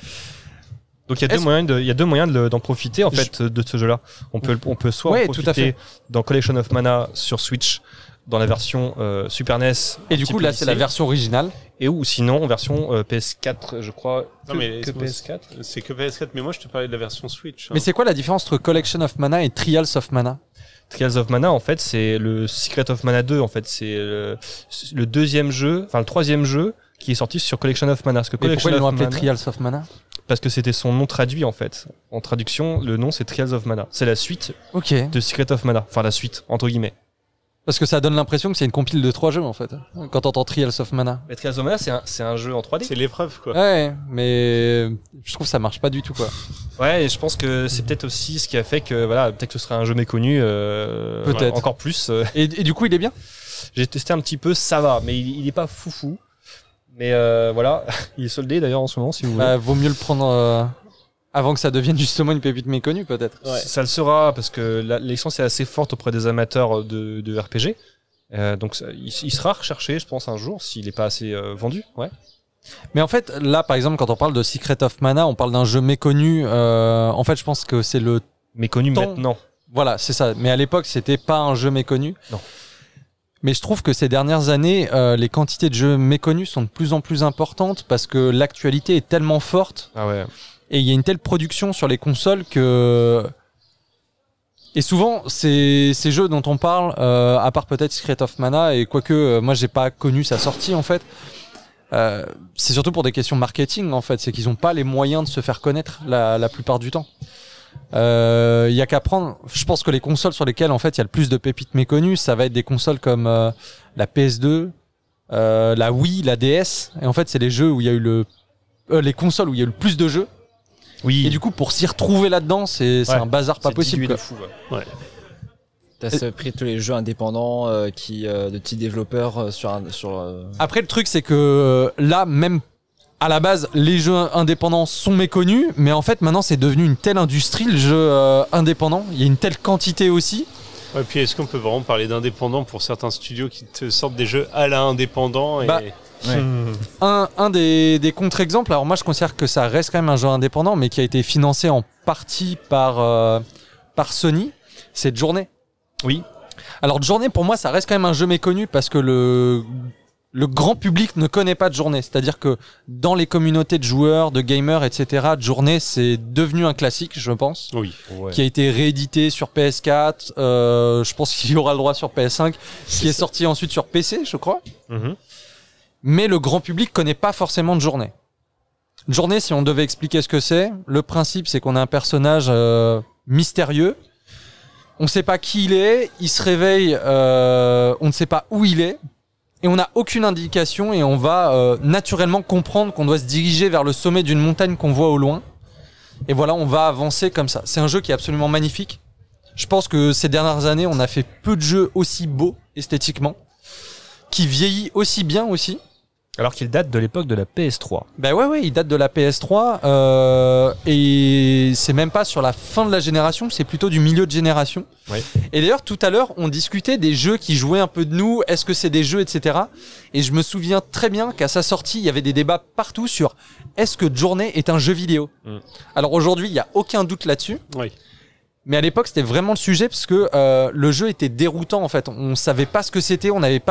Donc il y a deux moyens d'en profiter en fait de ce jeu-là. On peut soit Ouais, en tout à profiter fait. dans Collection of Mana sur Switch dans la version Super NES. et du coup, là, c'est la version originale. Et ou sinon en version PS4, je crois. Non, mais que PS4. C'est que PS4, mais moi je te parlais de la version Switch. Mais c'est quoi la différence entre Collection of Mana et Trials of Mana? Trials of Mana en fait c'est le Secret of Mana 2 en fait c'est le deuxième jeu, enfin le troisième jeu qui est sorti sur Collection of Mana. Parce que Mais pourquoi Collection ils l'ont of appelé Mana, Trials of Mana? parce que c'était son nom traduit en fait. En traduction, le nom c'est Trials of Mana. C'est la suite Ok. de Secret of Mana, enfin la suite entre guillemets. Parce que ça donne l'impression que c'est une compile de 3 jeux en fait. Quand t'entends Trials of Mana. Mais Trials of Mana c'est un jeu en 3D. C'est l'épreuve, quoi. Ouais, mais je trouve que ça marche pas du tout quoi. Ouais, et je pense que c'est peut-être aussi ce qui a fait que voilà, peut-être que ce serait un jeu méconnu. Peut-être. Encore plus. Et du coup, il est bien? J'ai testé un petit peu, ça va, mais il est pas foufou. Mais voilà, il est soldé d'ailleurs en ce moment si vous voulez. Vaut mieux le prendre avant que ça devienne justement une pépite méconnue peut-être. Ouais. Ça le sera parce que l'expérience est assez forte auprès des amateurs de RPG. Donc il sera recherché, je pense, un jour s'il n'est pas assez vendu. Ouais. Mais en fait, là par exemple, quand on parle de Secret of Mana, on parle d'un jeu méconnu. En fait, je pense que c'est le... Méconnu Tant- maintenant. Voilà, c'est ça. Mais à l'époque, c'était pas un jeu méconnu. Non. Mais je trouve que ces dernières années, les quantités de jeux méconnus sont de plus en plus importantes parce que l'actualité est tellement forte Ah ouais. et il y a une telle production sur les consoles que... Et souvent, ces jeux dont on parle, à part peut-être Secret of Mana, et quoique moi j'ai pas connu sa sortie en fait, c'est surtout pour des questions marketing en fait, c'est qu'ils ont pas les moyens de se faire connaître la plupart du temps. Il y a qu'à prendre, je pense que les consoles sur lesquelles en fait il y a le plus de pépites méconnues, ça va être des consoles comme la PS2, la Wii, la DS, et en fait c'est les jeux où il y a eu les consoles où il y a eu le plus de jeux. Oui. Et du coup, pour s'y retrouver là-dedans, c'est un bazar pas c'est possible. dilué Quoi. de fou. Ouais. T'as pris tous les jeux indépendants de petits développeurs sur Après, le truc, c'est que là, même à la base, les jeux indépendants sont méconnus, mais en fait, maintenant, c'est devenu une telle industrie, le jeu indépendant. Il y a une telle quantité aussi. Ouais, puis est-ce qu'on peut vraiment parler d'indépendant pour certains studios qui te sortent des jeux à la indépendant et... Bah, Ouais. Un des contre-exemples, alors moi je considère que ça reste quand même un jeu indépendant, mais qui a été financé en partie par Sony, c'est Journey. Oui. Alors Journey, pour moi, ça reste quand même un jeu méconnu parce que le grand public ne connaît pas de Journey. C'est-à-dire que dans les communautés de joueurs, de gamers, etc., Journey, c'est devenu un classique, je pense, Oui. Ouais. qui a été réédité sur PS4. Je pense qu'il y aura le droit sur PS5, qui est sorti ensuite sur PC, je crois. Mhm. Mais le grand public connaît pas forcément de Journée. Journée, si on devait expliquer ce que c'est, le principe c'est qu'on a un personnage mystérieux. On ne sait pas qui il est, il se réveille, on ne sait pas où il est, et on n'a aucune indication et on va naturellement comprendre qu'on doit se diriger vers le sommet d'une montagne qu'on voit au loin. Et voilà, on va avancer comme ça. C'est un jeu qui est absolument magnifique. Je pense que ces dernières années, on a fait peu de jeux aussi beaux esthétiquement, qui vieillit aussi bien aussi. Alors qu'il date de l'époque de la PS3. Ben ouais, il date de la PS3 et c'est même pas sur la fin de la génération, c'est plutôt du milieu de génération. Ouais. Et d'ailleurs, tout à l'heure, on discutait des jeux qui jouaient un peu de nous, est-ce que c'est des jeux, etc. Et je me souviens très bien qu'à sa sortie, il y avait des débats partout sur est-ce que Journey est un jeu vidéo. Alors aujourd'hui, il n'y a aucun doute là-dessus. Oui. Mais à l'époque, c'était vraiment le sujet parce que le jeu était déroutant en fait. On savait pas ce que c'était, on n'avait pas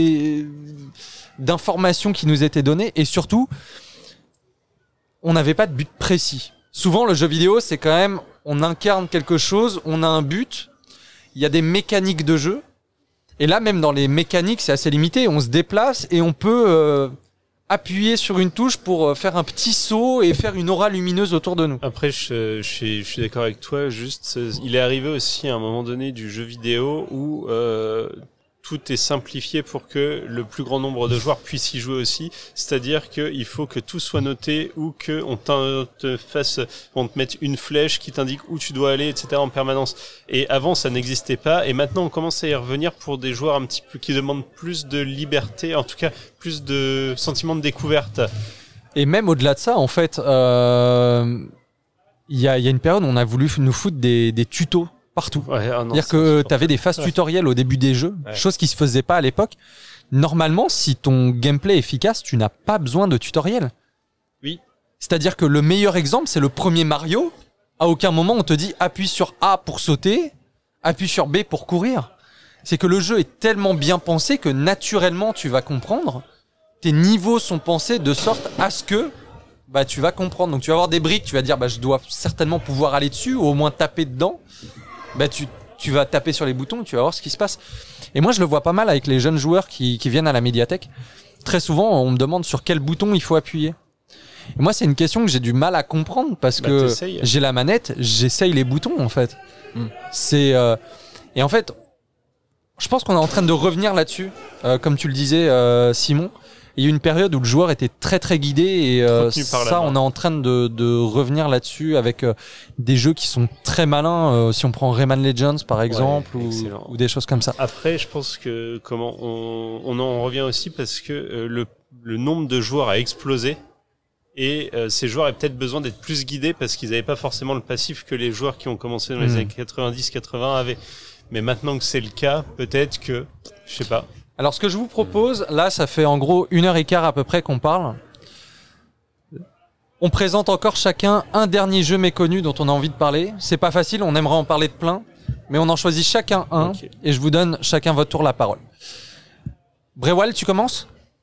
d'informations qui nous étaient données et surtout, on n'avait pas de but précis. Souvent, le jeu vidéo, c'est quand même, on incarne quelque chose, on a un but, il y a des mécaniques de jeu. Et là, même dans les mécaniques, c'est assez limité. On se déplace et on peut appuyer sur une touche pour faire un petit saut et faire une aura lumineuse autour de nous. Après, je suis d'accord avec toi. Juste, il est arrivé aussi à un moment donné du jeu vidéo où tout est simplifié pour que le plus grand nombre de joueurs puissent y jouer aussi. C'est-à-dire qu'il faut que tout soit noté ou que on te mette une flèche qui t'indique où tu dois aller, etc. en permanence. Et avant, ça n'existait pas. Et maintenant, on commence à y revenir pour des joueurs un petit peu qui demandent plus de liberté, en tout cas plus de sentiment de découverte. Et même au-delà de ça, en fait, il y a une période où on a voulu nous foutre des tutos partout. Ouais, ah non, C'est-à-dire que tu avais des phases tutoriels au début des jeux, Ouais. chose qui se faisait pas à l'époque. normalement, si ton gameplay est efficace, tu n'as pas besoin de tutoriel. Oui. C'est-à-dire que le meilleur exemple, c'est le premier Mario. À aucun moment, on te dit appuie sur A pour sauter, appuie sur B pour courir. C'est que le jeu est tellement bien pensé que naturellement, tu vas comprendre. Tes niveaux sont pensés de sorte à ce que tu vas comprendre. Donc tu vas avoir des briques, tu vas dire je dois certainement pouvoir aller dessus ou au moins taper dedans. Tu vas taper sur les boutons, tu vas voir ce qui se passe. Et moi je le vois pas mal avec les jeunes joueurs qui viennent à la médiathèque. Très souvent on me demande sur quel bouton il faut appuyer. Et moi c'est une question que j'ai du mal à comprendre parce que j'ai la manette, j'essaye les boutons en fait. Et en fait je pense qu'on est en train de revenir là-dessus, comme tu le disais Simon. Il y a eu une période où le joueur était très très guidé et ça on est en train de revenir là-dessus avec des jeux qui sont très malins, si on prend Rayman Legends par exemple ou des choses comme ça. Après je pense que on en revient aussi parce que le nombre de joueurs a explosé et ces joueurs avaient peut-être besoin d'être plus guidés parce qu'ils n'avaient pas forcément le passif que les joueurs qui ont commencé dans les années 90-80 avaient. Mais maintenant que c'est le cas, peut-être que je sais pas. Alors ce que je vous propose, là ça fait en gros 1h15 à peu près qu'on parle. On présente encore chacun un dernier jeu méconnu dont on a envie de parler. C'est pas facile, on aimerait en parler de plein, mais on en choisit chacun un et je vous donne chacun votre tour la parole. Brewal, tu commences ?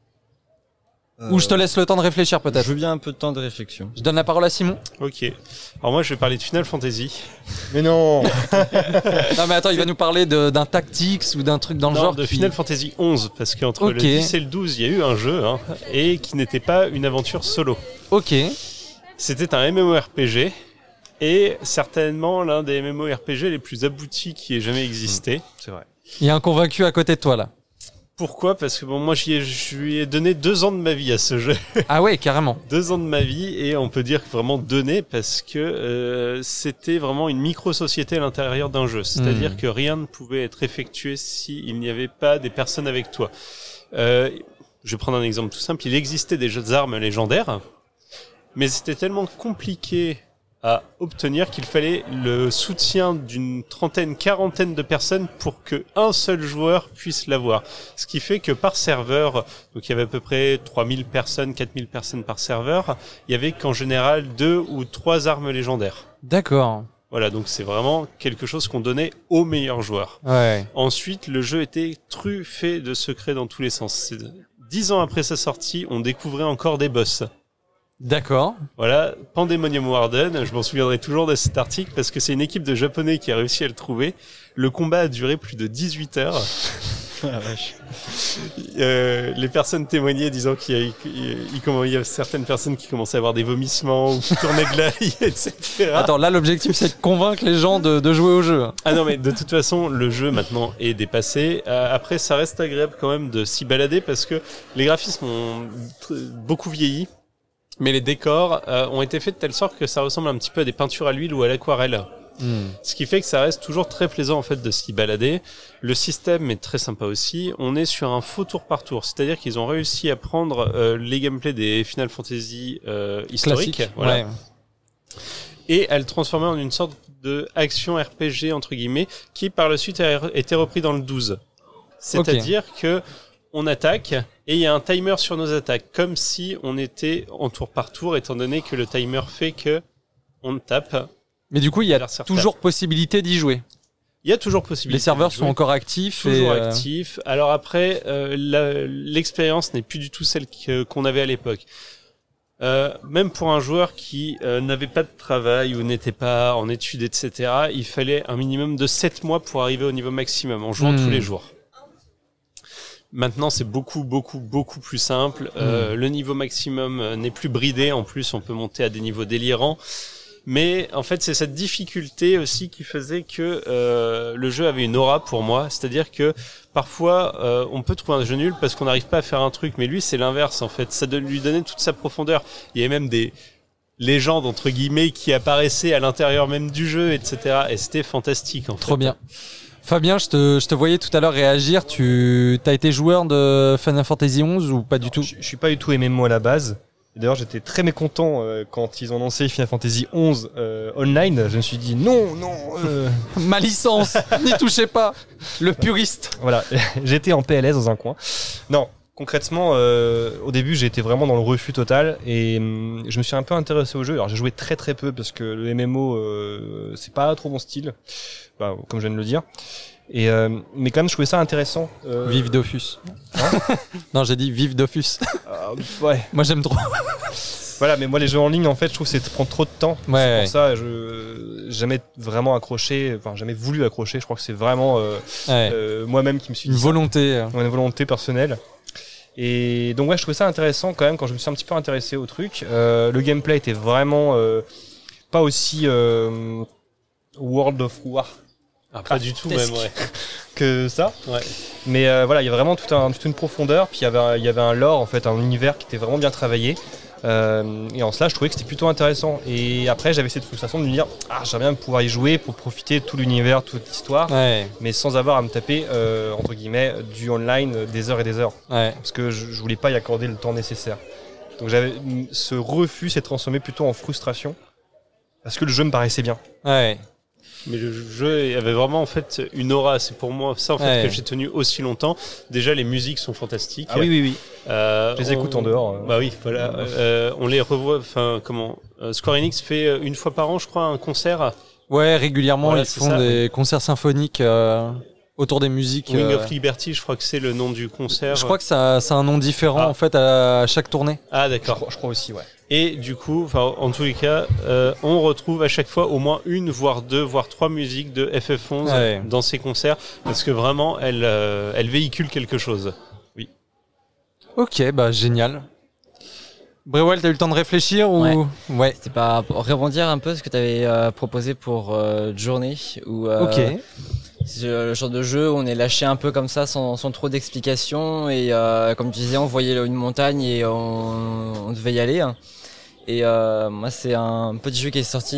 Ou je te laisse le temps de réfléchir peut-être. Je veux bien un peu de temps de réflexion. Je donne la parole à Simon. Ok. Alors moi je vais parler de Final Fantasy. Mais non. Non mais attends, il va nous parler d'un Tactics ou d'un truc dans le genre. De Final Fantasy 11 parce qu'entre le 10 et le 12 il y a eu un jeu et qui n'était pas une aventure solo. Ok. C'était un MMORPG et certainement l'un des MMORPG les plus aboutis qui ait jamais existé. C'est vrai. Il y a un convaincu à côté de toi là. Pourquoi ? Parce que moi je lui ai donné 2 ans de ma vie à ce jeu. Ah ouais, carrément. 2 ans de ma vie et on peut dire vraiment donné parce que c'était vraiment une micro-société à l'intérieur d'un jeu. C'est-à-dire que rien ne pouvait être effectué s'il n'y avait pas des personnes avec toi. Je vais prendre un exemple tout simple. Il existait des jeux d'armes légendaires, mais c'était tellement compliqué à obtenir qu'il fallait le soutien d'une quarantaine de personnes pour que un seul joueur puisse l'avoir. Ce qui fait que par serveur, donc il y avait à peu près 3000 personnes, 4000 personnes par serveur, il y avait qu'en général 2 ou 3 armes légendaires. D'accord. Voilà, donc c'est vraiment quelque chose qu'on donnait aux meilleurs joueurs. Ouais. Ensuite, le jeu était truffé de secrets dans tous les sens. 10 ans après sa sortie, on découvrait encore des boss. D'accord. Voilà, Pandemonium Warden, je m'en souviendrai toujours de cet article parce que c'est une équipe de Japonais qui a réussi à le trouver. Le combat a duré plus de 18 heures. Ah, vache. Les personnes témoignaient disant qu'il y a certaines personnes qui commençaient à avoir des vomissements ou qui tournaient de l'œil, etc. Attends, là l'objectif c'est de convaincre les gens de jouer au jeu. Ah non mais de toute façon le jeu maintenant est dépassé. Après ça reste agréable quand même de s'y balader parce que les graphismes ont beaucoup vieilli. Mais les décors ont été faits de telle sorte que ça ressemble un petit peu à des peintures à l'huile ou à l'aquarelle. Ce qui fait que ça reste toujours très plaisant en fait de s'y balader. Le système est très sympa aussi. On est sur un faux tour par tour, c'est-à-dire qu'ils ont réussi à prendre les gameplays des Final Fantasy historiques, voilà, ouais, et à le transformer en une sorte de action RPG entre guillemets, qui par la suite a été repris dans le 12. C'est-à-dire que on attaque et il y a un timer sur nos attaques, comme si on était en tour par tour, étant donné que le timer fait que on tape. Mais du coup, il y a toujours possibilité d'y jouer. Il y a toujours possibilité. Les serveurs sont encore actifs. Toujours actifs. Alors après, l'expérience n'est plus du tout celle qu'on avait à l'époque. Même pour un joueur qui n'avait pas de travail ou n'était pas en études, etc., il fallait un minimum de 7 mois pour arriver au niveau maximum, en jouant tous les jours. Maintenant, c'est beaucoup plus simple. Le niveau maximum n'est plus bridé. En plus, on peut monter à des niveaux délirants. Mais en fait, c'est cette difficulté aussi qui faisait que le jeu avait une aura pour moi. C'est-à-dire que parfois, on peut trouver un jeu nul parce qu'on n'arrive pas à faire un truc. Mais lui, c'est l'inverse en fait. Ça lui donnait toute sa profondeur. Il y avait même des légendes entre guillemets qui apparaissaient à l'intérieur même du jeu, etc. Et c'était fantastique en fait. Trop bien. Fabien, je te voyais tout à l'heure réagir. Tu as été joueur de Final Fantasy XI ou pas du tout ? Je suis pas du tout MMO à la base. Et d'ailleurs, j'étais très mécontent quand ils ont lancé Final Fantasy XI online. Je me suis dit non. Ma licence, n'y touchez pas. Le puriste. Voilà, j'étais en PLS dans un coin. Non, concrètement, au début, j'ai été vraiment dans le refus total et je me suis un peu intéressé au jeu. Alors, j'ai joué très très peu parce que le MMO, c'est pas trop mon style, comme je viens de le dire. Et mais quand même, je trouvais ça intéressant. Vive Dofus. Non, j'ai dit vive Dofus. Ouais. Moi, j'aime trop. Voilà, mais moi, les jeux en ligne, en fait, je trouve que ça prend trop de temps. Ouais. C'est pour ça, je jamais vraiment accroché, enfin, jamais voulu accrocher. Je crois que c'est vraiment moi-même qui me suis dit une volonté. Une volonté personnelle. Et donc ouais, je trouvais ça intéressant quand même quand je me suis un petit peu intéressé au truc. Le gameplay était vraiment pas aussi World of War. Pas du tout même, ouais. Que ça. Ouais. Mais voilà, il y a vraiment toute une profondeur. Puis il y avait un lore, en fait, un univers qui était vraiment bien travaillé. Et en cela, je trouvais que c'était plutôt intéressant. Et après, j'avais cette frustration de me dire, j'aimerais bien pouvoir y jouer pour profiter de tout l'univers, toute l'histoire, mais sans avoir à me taper entre guillemets du online des heures et des heures. Parce que je voulais pas y accorder le temps nécessaire. Donc ce refus s'est transformé plutôt en frustration parce que le jeu me paraissait bien. Mais le jeu avait vraiment en fait une aura. C'est pour moi ça en fait que j'ai tenu aussi longtemps. Déjà les musiques sont fantastiques. Ah oui. Je les écoute en dehors. Bah oui, voilà. On les revoit. Enfin Square Enix fait une fois par an, je crois, un concert. Ouais, régulièrement voilà, ils font des concerts symphoniques autour des musiques. Wing of Liberty, je crois que c'est le nom du concert. Je crois que ça a un nom différent en fait à chaque tournée. Ah d'accord. Je crois aussi, ouais. Et du coup, en tous les cas, on retrouve à chaque fois au moins une, voire deux, voire trois musiques de FF11 dans ces concerts, parce que vraiment, elle véhicule quelque chose. Oui. Ok, génial. Brewell, t'as eu le temps de réfléchir ou Ouais. C'était pas pour rebondir un peu ce que t'avais proposé pour Journée ou. Ok. C'est le genre de jeu où on est lâché un peu comme ça sans trop d'explications et comme tu disais on voyait une montagne et on devait y aller et moi c'est un petit jeu qui est sorti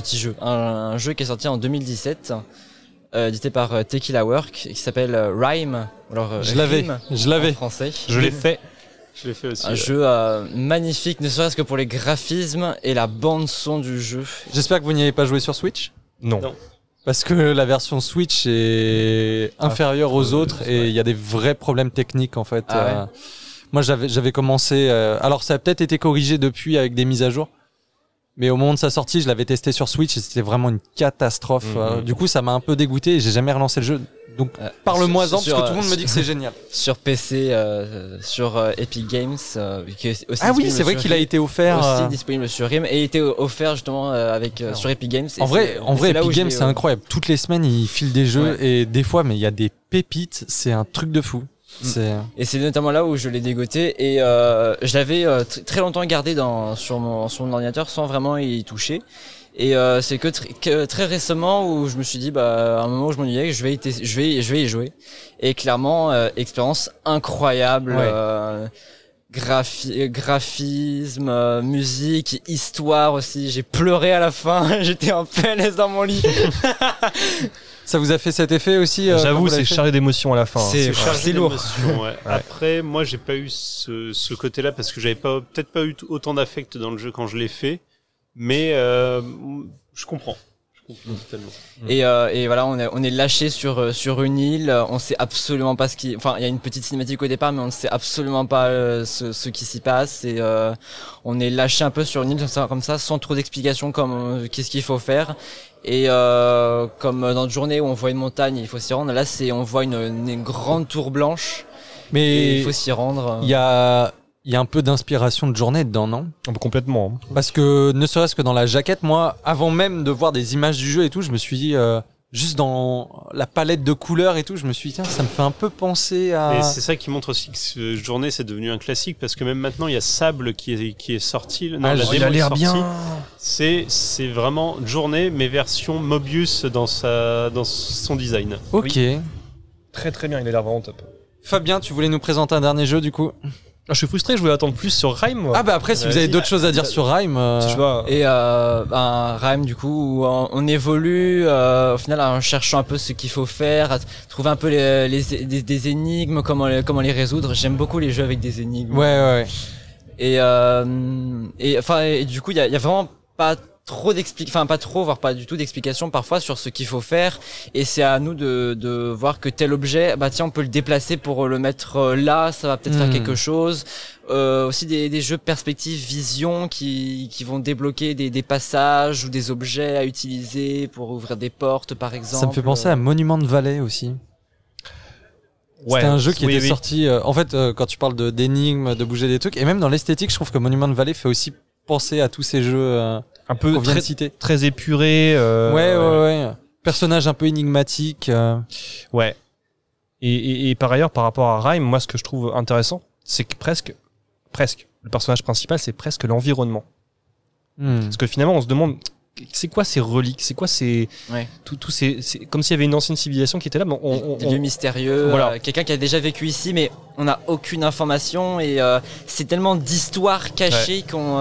un jeu qui est sorti en 2017 édité par Tequila Work qui s'appelle Rime alors je l'avais en français. Je l'ai fait aussi. Un jeu magnifique ne serait-ce que pour les graphismes et la bande son du jeu. J'espère que vous n'y avez pas joué sur Switch. Non. Parce que la version Switch est inférieure aux autres et il y a des vrais problèmes techniques en fait. Moi j'avais commencé, alors ça a peut-être été corrigé depuis avec des mises à jour, mais au moment de sa sortie je l'avais testé sur Switch et c'était vraiment une catastrophe. Du coup ça m'a un peu dégoûté et j'ai jamais relancé le jeu. Donc parle-moi-en parce que tout le monde me dit que c'est génial. Sur PC, sur Epic Games, qui est aussi c'est vrai qu'il a été offert. Aussi disponible sur RIM et été offert justement sur Epic Games. En vrai, Epic Games c'est incroyable. Toutes les semaines ils filent des jeux et des fois, mais il y a des pépites, c'est un truc de fou. Et c'est notamment là où je l'ai dégoté et je l'avais très longtemps gardé sur mon ordinateur sans vraiment y toucher. Et c'est que très récemment où je me suis dit à un moment où je m'ennuyais, je vais y jouer. Et clairement expérience incroyable, graphisme, musique, histoire aussi. J'ai pleuré à la fin, j'étais en PLS dans mon lit. Ça vous a fait cet effet aussi J'avoue, c'est chargé d'émotions à la fin. C'est lourd. Après, moi, j'ai pas eu ce côté-là parce que j'avais peut-être pas eu autant d'affect dans le jeu quand je l'ai fait. Mais je comprends totalement. Et voilà, on est lâché sur une île. On sait absolument pas il y a une petite cinématique au départ, mais on ne sait absolument pas ce qui s'y passe. Et on est lâché un peu sur une île comme ça, sans trop d'explications comme qu'est-ce qu'il faut faire. Et comme dans une journée où on voit une montagne, il faut s'y rendre. Là, on voit une grande tour blanche. Mais il faut s'y rendre. Il y a un peu d'inspiration de Journée dedans, non ? Complètement. Parce que ne serait-ce que dans la jaquette, moi, avant même de voir des images du jeu et tout, je me suis dit, juste dans la palette de couleurs et tout, je me suis dit, tiens, ça me fait un peu penser à... Et c'est ça qui montre aussi que Journée, c'est devenu un classique, parce que même maintenant, il y a Sable qui est sorti. Non, la démo il a l'air est sortie. bien. C'est vraiment Journée, mais version Mobius dans son design. Ok. Oui. Très très bien, il a l'air vraiment top. Fabien, tu voulais nous présenter un dernier jeu, du coup ? Je suis frustré, je voulais attendre plus sur Rime. Moi. Après, si vous avez d'autres choses à dire sur Rime... Tu vois. Et Rime, du coup, où on évolue au final en cherchant un peu ce qu'il faut faire, à trouver un peu des énigmes, comment les résoudre. J'aime beaucoup les jeux avec des énigmes. Ouais. Et du coup, il y a vraiment pas trop voire pas du tout d'explications parfois sur ce qu'il faut faire, et c'est à nous de voir que tel objet, bah tiens, on peut le déplacer pour le mettre là, ça va peut-être faire quelque chose. Aussi des jeux perspective vision qui vont débloquer des passages ou des objets à utiliser pour ouvrir des portes par exemple. Ça me fait penser à Monument Valley aussi. Ouais, c'était un jeu qui était sorti en fait quand tu parles d'énigmes, de bouger des trucs, et même dans l'esthétique, je trouve que Monument Valley fait aussi penser à tous ces jeux un peu très épuré. Ouais. Personnage un peu énigmatique. Ouais. Et par ailleurs, par rapport à Rime, moi, ce que je trouve intéressant, c'est que presque, le personnage principal, c'est presque l'environnement. Parce que finalement, on se demande, c'est quoi ces reliques, c'est quoi ces c'est comme s'il y avait une ancienne civilisation qui était là, mais des lieux mystérieux, voilà. Quelqu'un qui a déjà vécu ici, mais on n'a aucune information, et c'est tellement d'histoires cachées qu'on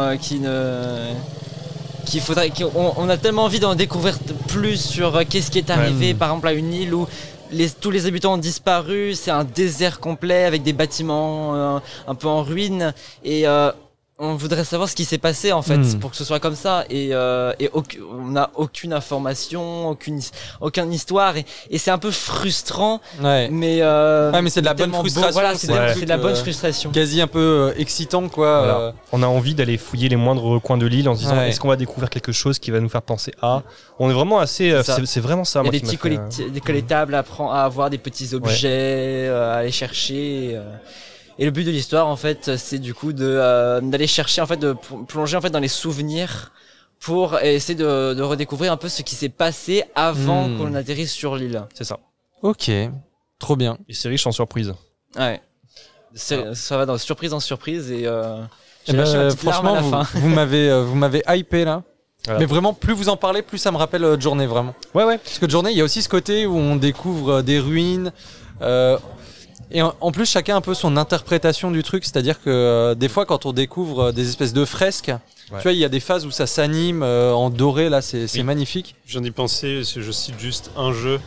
a tellement envie d'en découvrir plus sur qu'est-ce qui est arrivé, par exemple à une île où tous les habitants ont disparu, c'est un désert complet avec des bâtiments un peu en ruine, et on voudrait savoir ce qui s'est passé en fait pour que ce soit comme ça, et on n'a aucune information, aucune histoire, et c'est un peu frustrant, mais c'est de la bonne frustration, voilà, c'est de la bonne frustration, quasi un peu excitant quoi. Voilà. On a envie d'aller fouiller les moindres coins de l'île en se disant est-ce qu'on va découvrir quelque chose qui va nous faire penser à. On est vraiment assez c'est vraiment ça. Il y a des petits des collectables à avoir, des petits objets à aller chercher. Et le but de l'histoire, en fait, c'est du coup d'aller chercher, en fait, de plonger en fait dans les souvenirs pour essayer de redécouvrir un peu ce qui s'est passé avant qu'on atterrisse sur l'île. C'est ça. Ok, trop bien. Et c'est riche en surprises. Ouais. Ça va dans surprise en surprise, et franchement, à la fin. vous m'avez hypé là. Voilà. Mais vraiment, plus vous en parlez, plus ça me rappelle Journey, vraiment. Ouais. Parce que Journey, il y a aussi ce côté où on découvre des ruines. Et en plus, chacun a un peu son interprétation du truc, c'est-à-dire que des fois, quand on découvre des espèces de fresques, tu vois, il y a des phases où ça s'anime en doré, là, c'est magnifique. J'en ai pensé, je cite juste un jeu,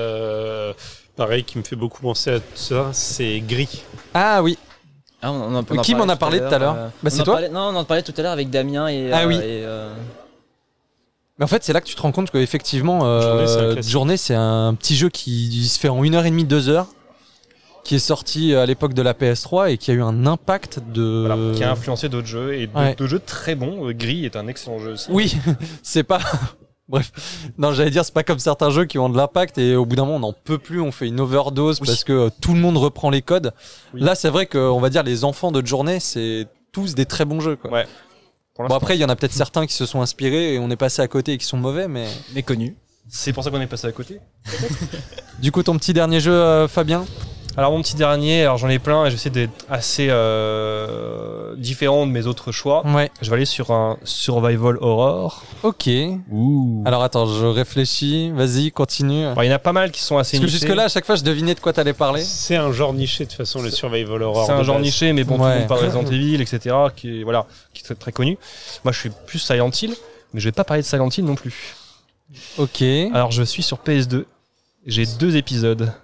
pareil, qui me fait beaucoup penser à ça, c'est Gris. Ah oui. Qui m'en a parlé tout à l'heure c'est toi ? Non, on en parlait tout à l'heure avec Damien et. Ah oui. Mais en fait, c'est là que tu te rends compte qu'effectivement, Journée, c'est un petit jeu qui se fait en 1h30, 2h. Qui est sorti à l'époque de la PS3 et qui a eu un impact qui a influencé d'autres jeux, et d'autres jeux très bons. Gris est un excellent jeu aussi. Oui, c'est pas... Bref, non, j'allais dire, c'est pas comme certains jeux qui ont de l'impact et au bout d'un moment on n'en peut plus, on fait une overdose parce que tout le monde reprend les codes. Là, c'est vrai qu'on va dire les enfants de Journée, c'est tous des très bons jeux, quoi. Ouais. Bon, après, il y en a peut-être certains qui se sont inspirés et on est passé à côté et qui sont mauvais, mais connus. C'est pour ça qu'on est passé à côté. Du coup, ton petit dernier jeu, Fabien ? Alors mon petit dernier, j'en ai plein et j'essaie d'être assez différent de mes autres choix. Ouais. Je vais aller sur un survival horror. Ok. Ouh. Alors attends, je réfléchis. Vas-y, continue. Il y en a pas mal qui sont assez nichés. Parce que jusque là, à chaque fois, je devinais de quoi t'allais parler. C'est un genre niché de toute façon, le survival horror. C'est un genre niché, mais bon, tout le monde parle Resident Evil, etc., qui est très, très connu. Moi, je suis plus Silent Hill, mais je vais pas parler de Silent Hill non plus. Ok. Alors, je suis sur PS2. J'ai 2 épisodes.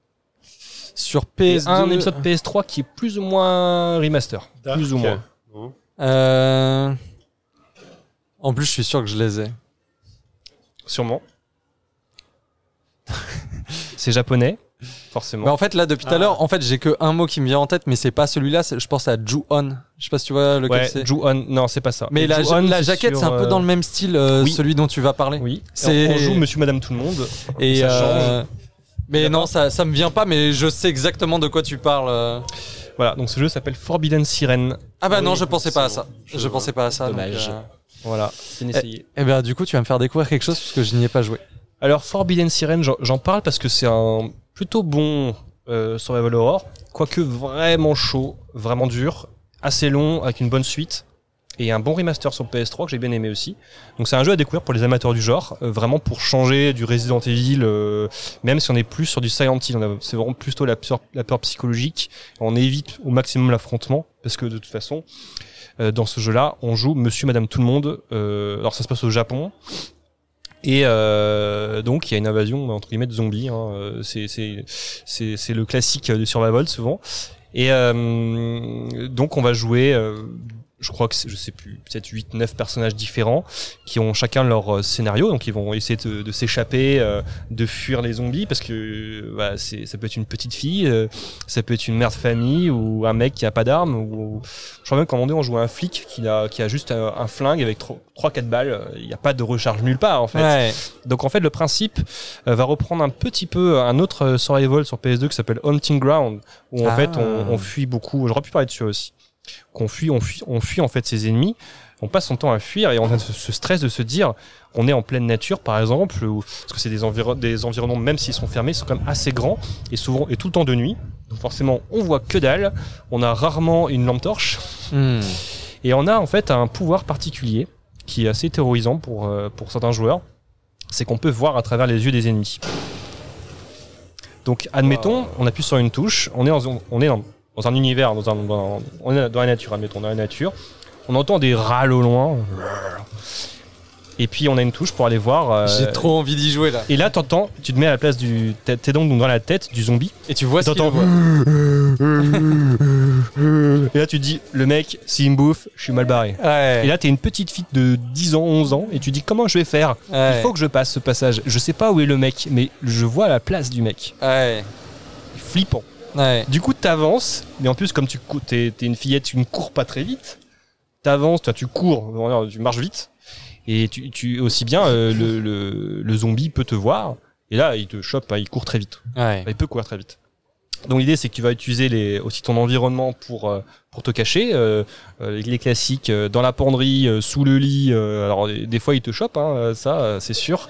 Sur PS2. Et un épisode PS3 qui est plus ou moins remaster. Plus ou moins. En plus, je suis sûr que je les ai. Sûrement. C'est japonais, forcément. Mais en fait, là, depuis tout à l'heure, en fait, j'ai que un mot qui me vient en tête, mais c'est pas celui-là. Je pense à Ju-On. Je sais pas si tu vois lequel c'est. Ju-On. Non, c'est pas ça. Mais la jaquette, c'est un peu dans le même style, celui dont tu vas parler. Oui. On joue Monsieur, Madame, tout le monde. Et ça change. Mais non, ça me vient pas, mais je sais exactement de quoi tu parles. Voilà, donc ce jeu s'appelle Forbidden Siren. Ah bah non, je pensais pas à ça. Je pensais pas à ça. Dommage. Donc, voilà, c'est essayé. Et ben du coup, tu vas me faire découvrir quelque chose parce que je n'y ai pas joué. Alors Forbidden Siren, j'en parle parce que c'est un plutôt bon survival horror, quoique vraiment chaud, vraiment dur, assez long, avec une bonne suite. Et un bon remaster sur PS3 que j'ai bien aimé aussi. Donc c'est un jeu à découvrir pour les amateurs du genre, vraiment pour changer du Resident Evil, même si on est plus sur du Silent Hill, c'est vraiment plutôt la peur psychologique. On évite au maximum l'affrontement, parce que de toute façon, dans ce jeu-là, on joue Monsieur, Madame, tout le monde. Alors ça se passe au Japon. Et donc il y a une invasion entre guillemets de zombies. Hein. C'est le classique du survival souvent. Et donc on va jouer je crois que je sais plus, peut-être 8-9 personnages différents qui ont chacun leur scénario, donc ils vont essayer de s'échapper, de fuir les zombies parce que ça peut être une petite fille, ça peut être une mère de famille ou un mec qui a pas d'armes, ou je crois même qu'à un moment donné on joue un flic qui a juste un flingue avec 3-4 balles, il n'y a pas de recharge nulle part en fait. Ouais. Donc en fait le principe va reprendre un petit peu un autre survival sur PS2 qui s'appelle Hunting Ground, où en fait on fuit beaucoup, j'aurais pu parler dessus aussi. On fuit en fait ses ennemis, on passe son temps à fuir et on a ce stress de se dire on est en pleine nature par exemple, parce que c'est des environnements même s'ils sont fermés, sont quand même assez grands et souvent et tout le temps de nuit, donc forcément on voit que dalle, on a rarement une lampe torche et on a en fait un pouvoir particulier qui est assez terrorisant pour certains joueurs, c'est qu'on peut voir à travers les yeux des ennemis. Donc admettons, on appuie sur une touche, on est dans un univers, on est dans la nature, admettons, dans la nature. On entend des râles au loin. Et puis on a une touche pour aller voir. J'ai trop envie d'y jouer là. Et là, t'entends, tu te mets à la place t'es donc dans la tête du zombie. Et tu vois ce qu'il voit. Et là, tu te dis, le mec, s'il me bouffe, je suis mal barré. Ouais. Et là, t'es une petite fille de 10 ans, 11 ans, et tu dis, comment je vais faire ? Ouais. Il faut que je passe ce passage. Je sais pas où est le mec, mais je vois la place du mec. Ouais. Flippant. Ouais. Du coup, t'avances, mais en plus, comme t'es une fillette, tu ne cours pas très vite. T'avances, tu cours, tu marches vite. Et tu aussi bien, le zombie peut te voir. Et là, il te chope, il court très vite. Ouais. Il peut courir très vite. Donc l'idée, c'est que tu vas utiliser aussi ton environnement pour te cacher. Les classiques, dans la penderie, sous le lit. Alors des fois, il te chope, ça, c'est sûr.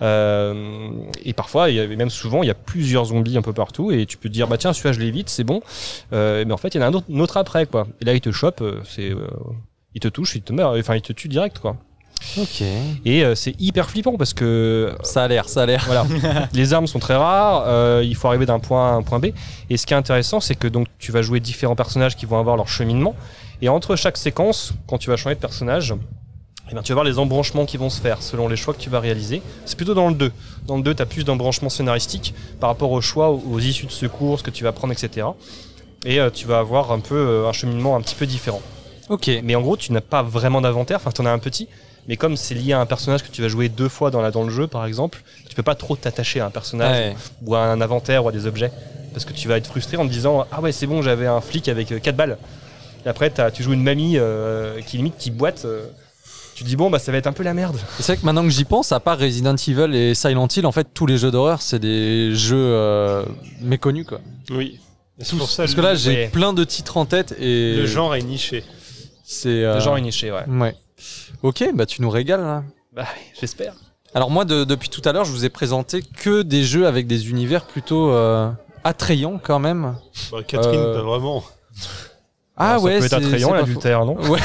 Et parfois, même souvent, il y a plusieurs zombies un peu partout. Et tu peux te dire, bah tiens, celui-là, je l'évite, c'est bon. Mais en fait, il y en a un autre après, quoi. Et là, il te chope, il te touche, il te meurt. Enfin, il te tue direct, quoi. Ok. Et c'est hyper flippant parce que ça a l'air. Voilà. Les armes sont très rares, il faut arriver d'un point A à un point B. Et ce qui est intéressant, c'est que donc tu vas jouer différents personnages qui vont avoir leur cheminement. Et entre chaque séquence, quand tu vas changer de personnage, eh bien, tu vas voir les embranchements qui vont se faire selon les choix que tu vas réaliser. C'est plutôt dans le 2. Dans le 2, tu as plus d'embranchements scénaristiques par rapport aux choix, aux issues de secours, ce que tu vas prendre, etc. Et tu vas avoir un peu un cheminement un petit peu différent. Ok. Mais en gros, tu n'as pas vraiment d'inventaire, enfin, tu en as un petit. Mais comme c'est lié à un personnage que tu vas jouer 2 fois dans le jeu, par exemple, tu peux pas trop t'attacher à un personnage ou à un inventaire ou à des objets. Parce que tu vas être frustré en te disant « Ah ouais, c'est bon, j'avais un flic avec 4 balles. » Et après, tu joues une mamie qui boite. Tu te dis « Bon, bah ça va être un peu la merde. » C'est vrai que maintenant que j'y pense, à part Resident Evil et Silent Hill, en fait, tous les jeux d'horreur, c'est des jeux méconnus, quoi. Oui. C'est pour ça, parce que là, j'ai plein de titres en tête et... Le genre est niché. Le genre est niché, ouais. Ouais. Ok, bah tu nous régales là. Bah, j'espère. Alors moi, depuis tout à l'heure, je vous ai présenté que des jeux avec des univers plutôt attrayants quand même. Bah, Catherine, pas vraiment. Ah alors, ouais, ça peut être attrayant, l'adultère, non ? Ouais.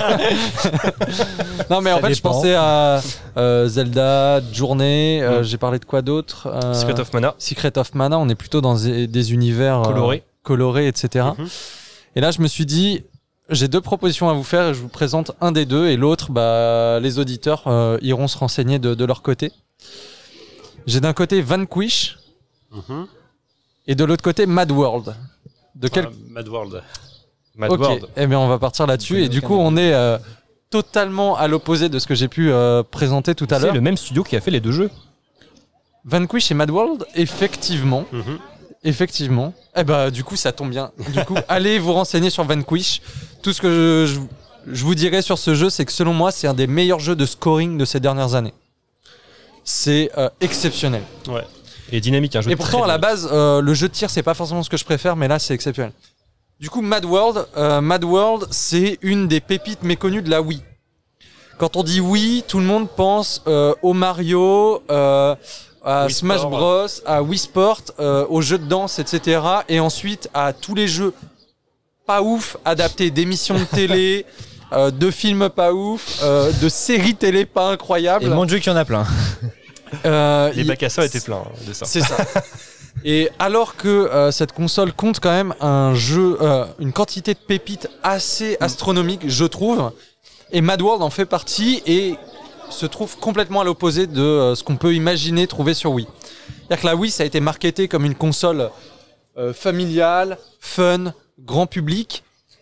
Non mais en fait, je pensais à Zelda, Journey, j'ai parlé de quoi d'autre Secret of Mana. Secret of Mana, on est plutôt dans des univers colorés, etc. Et là, je me suis dit... J'ai 2 propositions à vous faire et je vous présente un des 2 et l'autre, bah, les auditeurs iront se renseigner de leur côté. J'ai d'un côté Vanquish et de l'autre côté Mad World. Mad World. Mad Ok, World. eh bien on va partir là-dessus et du coup on est totalement à l'opposé de ce que j'ai pu présenter tout à l'heure. C'est le même studio qui a fait les 2 jeux. Vanquish et Mad World, effectivement. Effectivement. Eh bah du coup ça tombe bien. Du coup, allez vous renseigner sur Vanquish. Tout ce que je vous dirais sur ce jeu, c'est que selon moi, c'est un des meilleurs jeux de scoring de ces dernières années. C'est exceptionnel. Ouais. Et dynamique, un jeu. Et pourtant à la base, le jeu de tir, c'est pas forcément ce que je préfère, mais là c'est exceptionnel. Du coup, Mad World, c'est une des pépites méconnues de la Wii. Quand on dit Wii, tout le monde pense au Mario, à Wii Smash Sport. Bros, à Wii Sport, aux jeux de danse, etc. Et ensuite à tous les jeux pas ouf, adaptés d'émissions de télé, de films pas ouf, de séries télé pas incroyables. Et mon Dieu qu'il y en a plein. Les bacs à ça étaient pleins de ça. C'est ça. Et alors que cette console compte quand même une quantité de pépites assez astronomique, je trouve, et Mad World en fait partie et se trouve complètement à l'opposé de ce qu'on peut imaginer trouver sur Wii. C'est-à-dire que la Wii, ça a été marketé comme une console familiale, fun, grand public,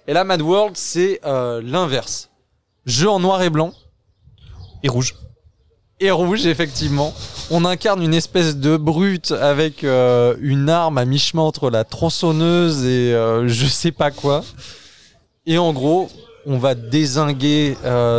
Et là, Mad World, c'est l'inverse. Jeu en noir et blanc. Et rouge. Et rouge, effectivement. On incarne une espèce de brute avec une arme à mi-chemin entre la tronçonneuse et je sais pas quoi. Et en gros, on va dézinguer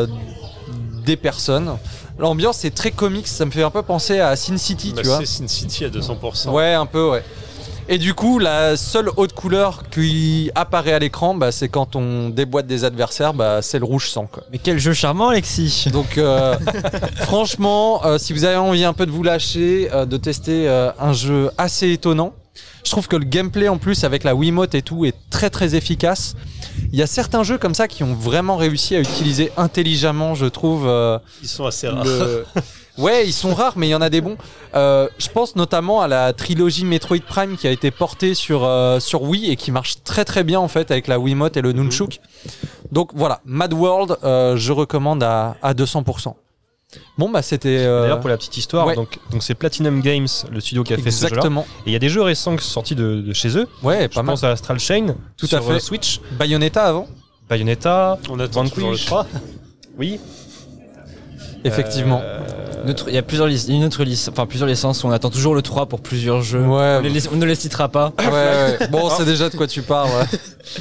des personnes. L'ambiance est très comique, ça me fait un peu penser à Sin City, tu vois. C'est Sin City à 200%. Ouais, un peu, ouais. Et du coup, la seule haute couleur qui apparaît à l'écran, bah, c'est quand on déboîte des adversaires, bah, c'est le rouge sang, quoi. Mais quel jeu charmant, Alexis. Donc, franchement, si vous avez envie un peu de vous lâcher, de tester un jeu assez étonnant, je trouve que le gameplay, en plus, avec la Wiimote et tout, est très très efficace. Il y a certains jeux comme ça qui ont vraiment réussi à utiliser intelligemment, je trouve. Ils sont assez rares. Ouais, ils sont rares, mais il y en a des bons. Je pense notamment à la trilogie Metroid Prime qui a été portée sur Wii et qui marche très très bien en fait avec la Wiimote et le Nunchuk. Donc voilà, Mad World, je recommande à 200%. Bon bah c'était. D'ailleurs pour la petite histoire, ouais. donc c'est Platinum Games, le studio qui a fait ce jeu-là. Exactement. Et il y a des jeux récents qui sont sortis de chez eux. Ouais, Je pas mal. pense à Astral Chain, Tout sur à fait. Switch, Bayonetta avant. Bayonetta, On attend toujours le Vanquish. 3. Oui. Effectivement. Il y a plusieurs licences. On attend toujours le 3 pour plusieurs jeux. Ouais. On ne les citera pas. Ouais. Bon, c'est déjà de quoi tu parles. Ouais.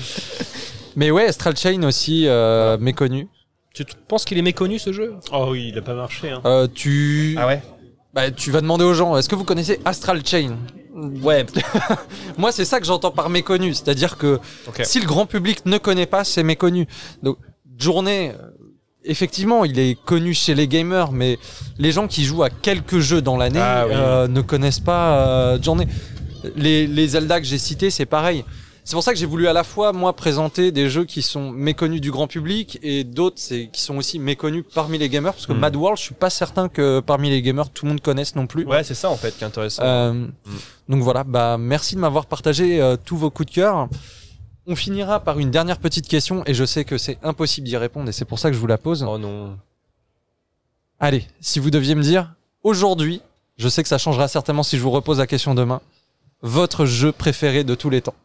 Mais ouais, Astral Chain aussi méconnu. Tu penses qu'il est méconnu ce jeu? Oh oui, il a pas marché. Hein. Ah ouais. Bah, tu vas demander aux gens, est-ce que vous connaissez Astral Chain? Ouais. Moi, c'est ça que j'entends par méconnu. C'est-à-dire que si le grand public ne connaît pas, c'est méconnu. Donc, Journée, effectivement, il est connu chez les gamers, mais les gens qui jouent à quelques jeux dans l'année ne connaissent pas Journée. Les Zelda que j'ai cités, c'est pareil. C'est pour ça que j'ai voulu à la fois, moi, présenter des jeux qui sont méconnus du grand public et d'autres qui sont aussi méconnus parmi les gamers. Parce que Mad World, je suis pas certain que parmi les gamers, tout le monde connaisse non plus. Ouais, c'est ça en fait qui est intéressant. Donc voilà, bah merci de m'avoir partagé tous vos coups de cœur. On finira par une dernière petite question et je sais que c'est impossible d'y répondre et c'est pour ça que je vous la pose. Oh non. Allez, si vous deviez me dire, aujourd'hui, je sais que ça changera certainement si je vous repose la question demain, votre jeu préféré de tous les temps.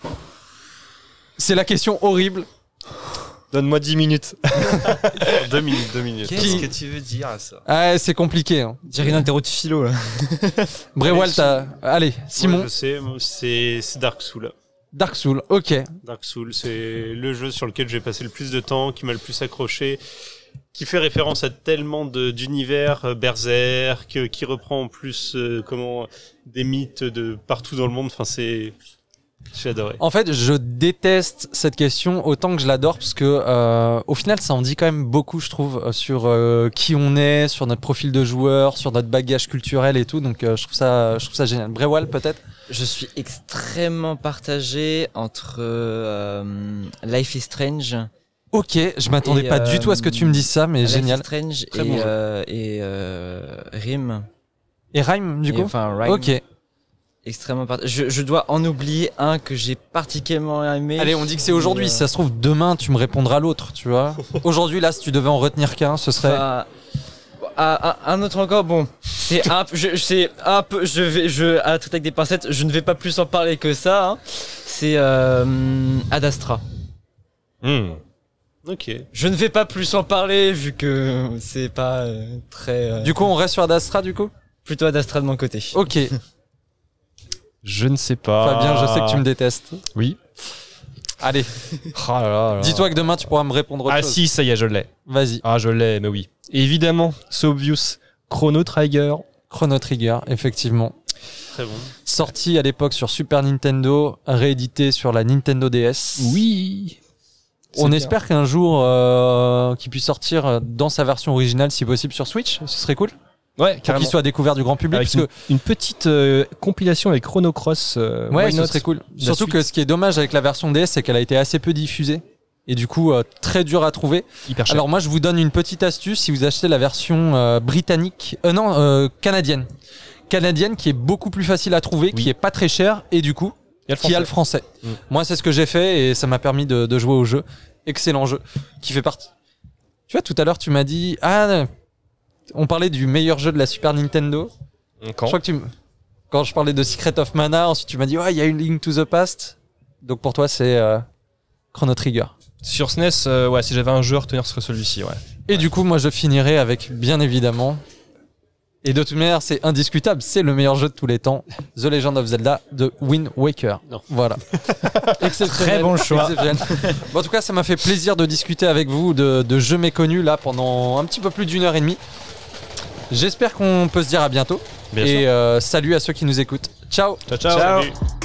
C'est la question horrible. Donne-moi 10 minutes. 2 minutes. Qu'est-ce que tu veux dire à ça? Ah, c'est compliqué. Hein. Dirais une interro de philo là. Bréwal, Allez, Simon. Moi, je sais, c'est Dark Souls. Dark Souls, ok. Dark Souls, c'est le jeu sur lequel j'ai passé le plus de temps, qui m'a le plus accroché, qui fait référence à tellement d'univers, Berserk, qui reprend en plus des mythes de partout dans le monde. Enfin, j'ai adoré. En fait, je déteste cette question autant que je l'adore parce que au final, ça en dit quand même beaucoup, je trouve, sur qui on est, sur notre profil de joueur, sur notre bagage culturel et tout. Donc, je trouve ça génial. Bréwal, peut-être. Je suis extrêmement partagé entre Life is Strange. Ok, je m'attendais pas du tout à ce que tu me dises ça, mais Life génial. is Strange Très bon et Rim. Et Rhyme, du coup. Enfin, Rhyme. Ok. Extrêmement partagé. Je dois en oublier un que j'ai particulièrement aimé. Allez, on dit que c'est aujourd'hui. Si ça se trouve, demain, tu me répondras l'autre, tu vois. Aujourd'hui, là, si tu devais en retenir qu'un, ce serait. Enfin, un autre encore, bon, c'est un peu, à traiter avec des pincettes, je ne vais pas plus en parler que ça, hein. C'est Ad Astra. Ok. Je ne vais pas plus en parler vu que c'est pas très... Du coup, on reste sur Ad Astra, du coup. Plutôt Ad Astra de mon côté. Ok. Je ne sais pas. Fabien, je sais que tu me détestes. Oui. Allez, Oh là là là. dis-toi que demain, tu pourras me répondre autre Ah chose. si, ça y est, je l'ai. Vas-y. Ah, je l'ai, mais oui. Et évidemment, c'est obvious. Chrono Trigger. Chrono Trigger, effectivement. Très bon. Sorti à l'époque sur Super Nintendo, réédité sur la Nintendo DS. Oui. On espère qu'un jour, qu'il puisse sortir dans sa version originale, si possible, sur Switch. Ce serait cool. Ouais, Pour carrément. qu'il soit découvert du grand public. Avec Parce que, une petite compilation avec Chrono Cross. ouais, why ce not serait cool. La Surtout suite. que ce qui est dommage avec la version DS, c'est qu'elle a été assez peu diffusée. Et du coup, très dur à trouver. Hyper cher. Alors moi, je vous donne une petite astuce si vous achetez la version britannique, canadienne. Canadienne qui est beaucoup plus facile à trouver, Oui. qui est pas très chère et du coup, Il y a le qui a le français. Moi, c'est ce que j'ai fait et ça m'a permis de jouer au jeu. Excellent jeu, qui fait partie. Tu vois, tout à l'heure, tu m'as dit, on parlait du meilleur jeu de la Super Nintendo. Quand Je crois que quand je parlais de Secret of Mana, ensuite tu m'as dit, il y a une Link to the Past. Donc pour toi, c'est Chrono Trigger. Sur SNES, ouais, si j'avais un jeu à retenir, ce serait celui-ci, ouais. Et du coup, moi, je finirai avec, bien évidemment, et de toute manière, c'est indiscutable, c'est le meilleur jeu de tous les temps, The Legend of Zelda de Wind Waker. Non. Voilà. Très bon choix. Bon, en tout cas, ça m'a fait plaisir de discuter avec vous de jeux méconnus là pendant un petit peu plus d'1h30. J'espère qu'on peut se dire à bientôt. Bien et sûr. salut à ceux qui nous écoutent. Ciao. Ciao. Salut.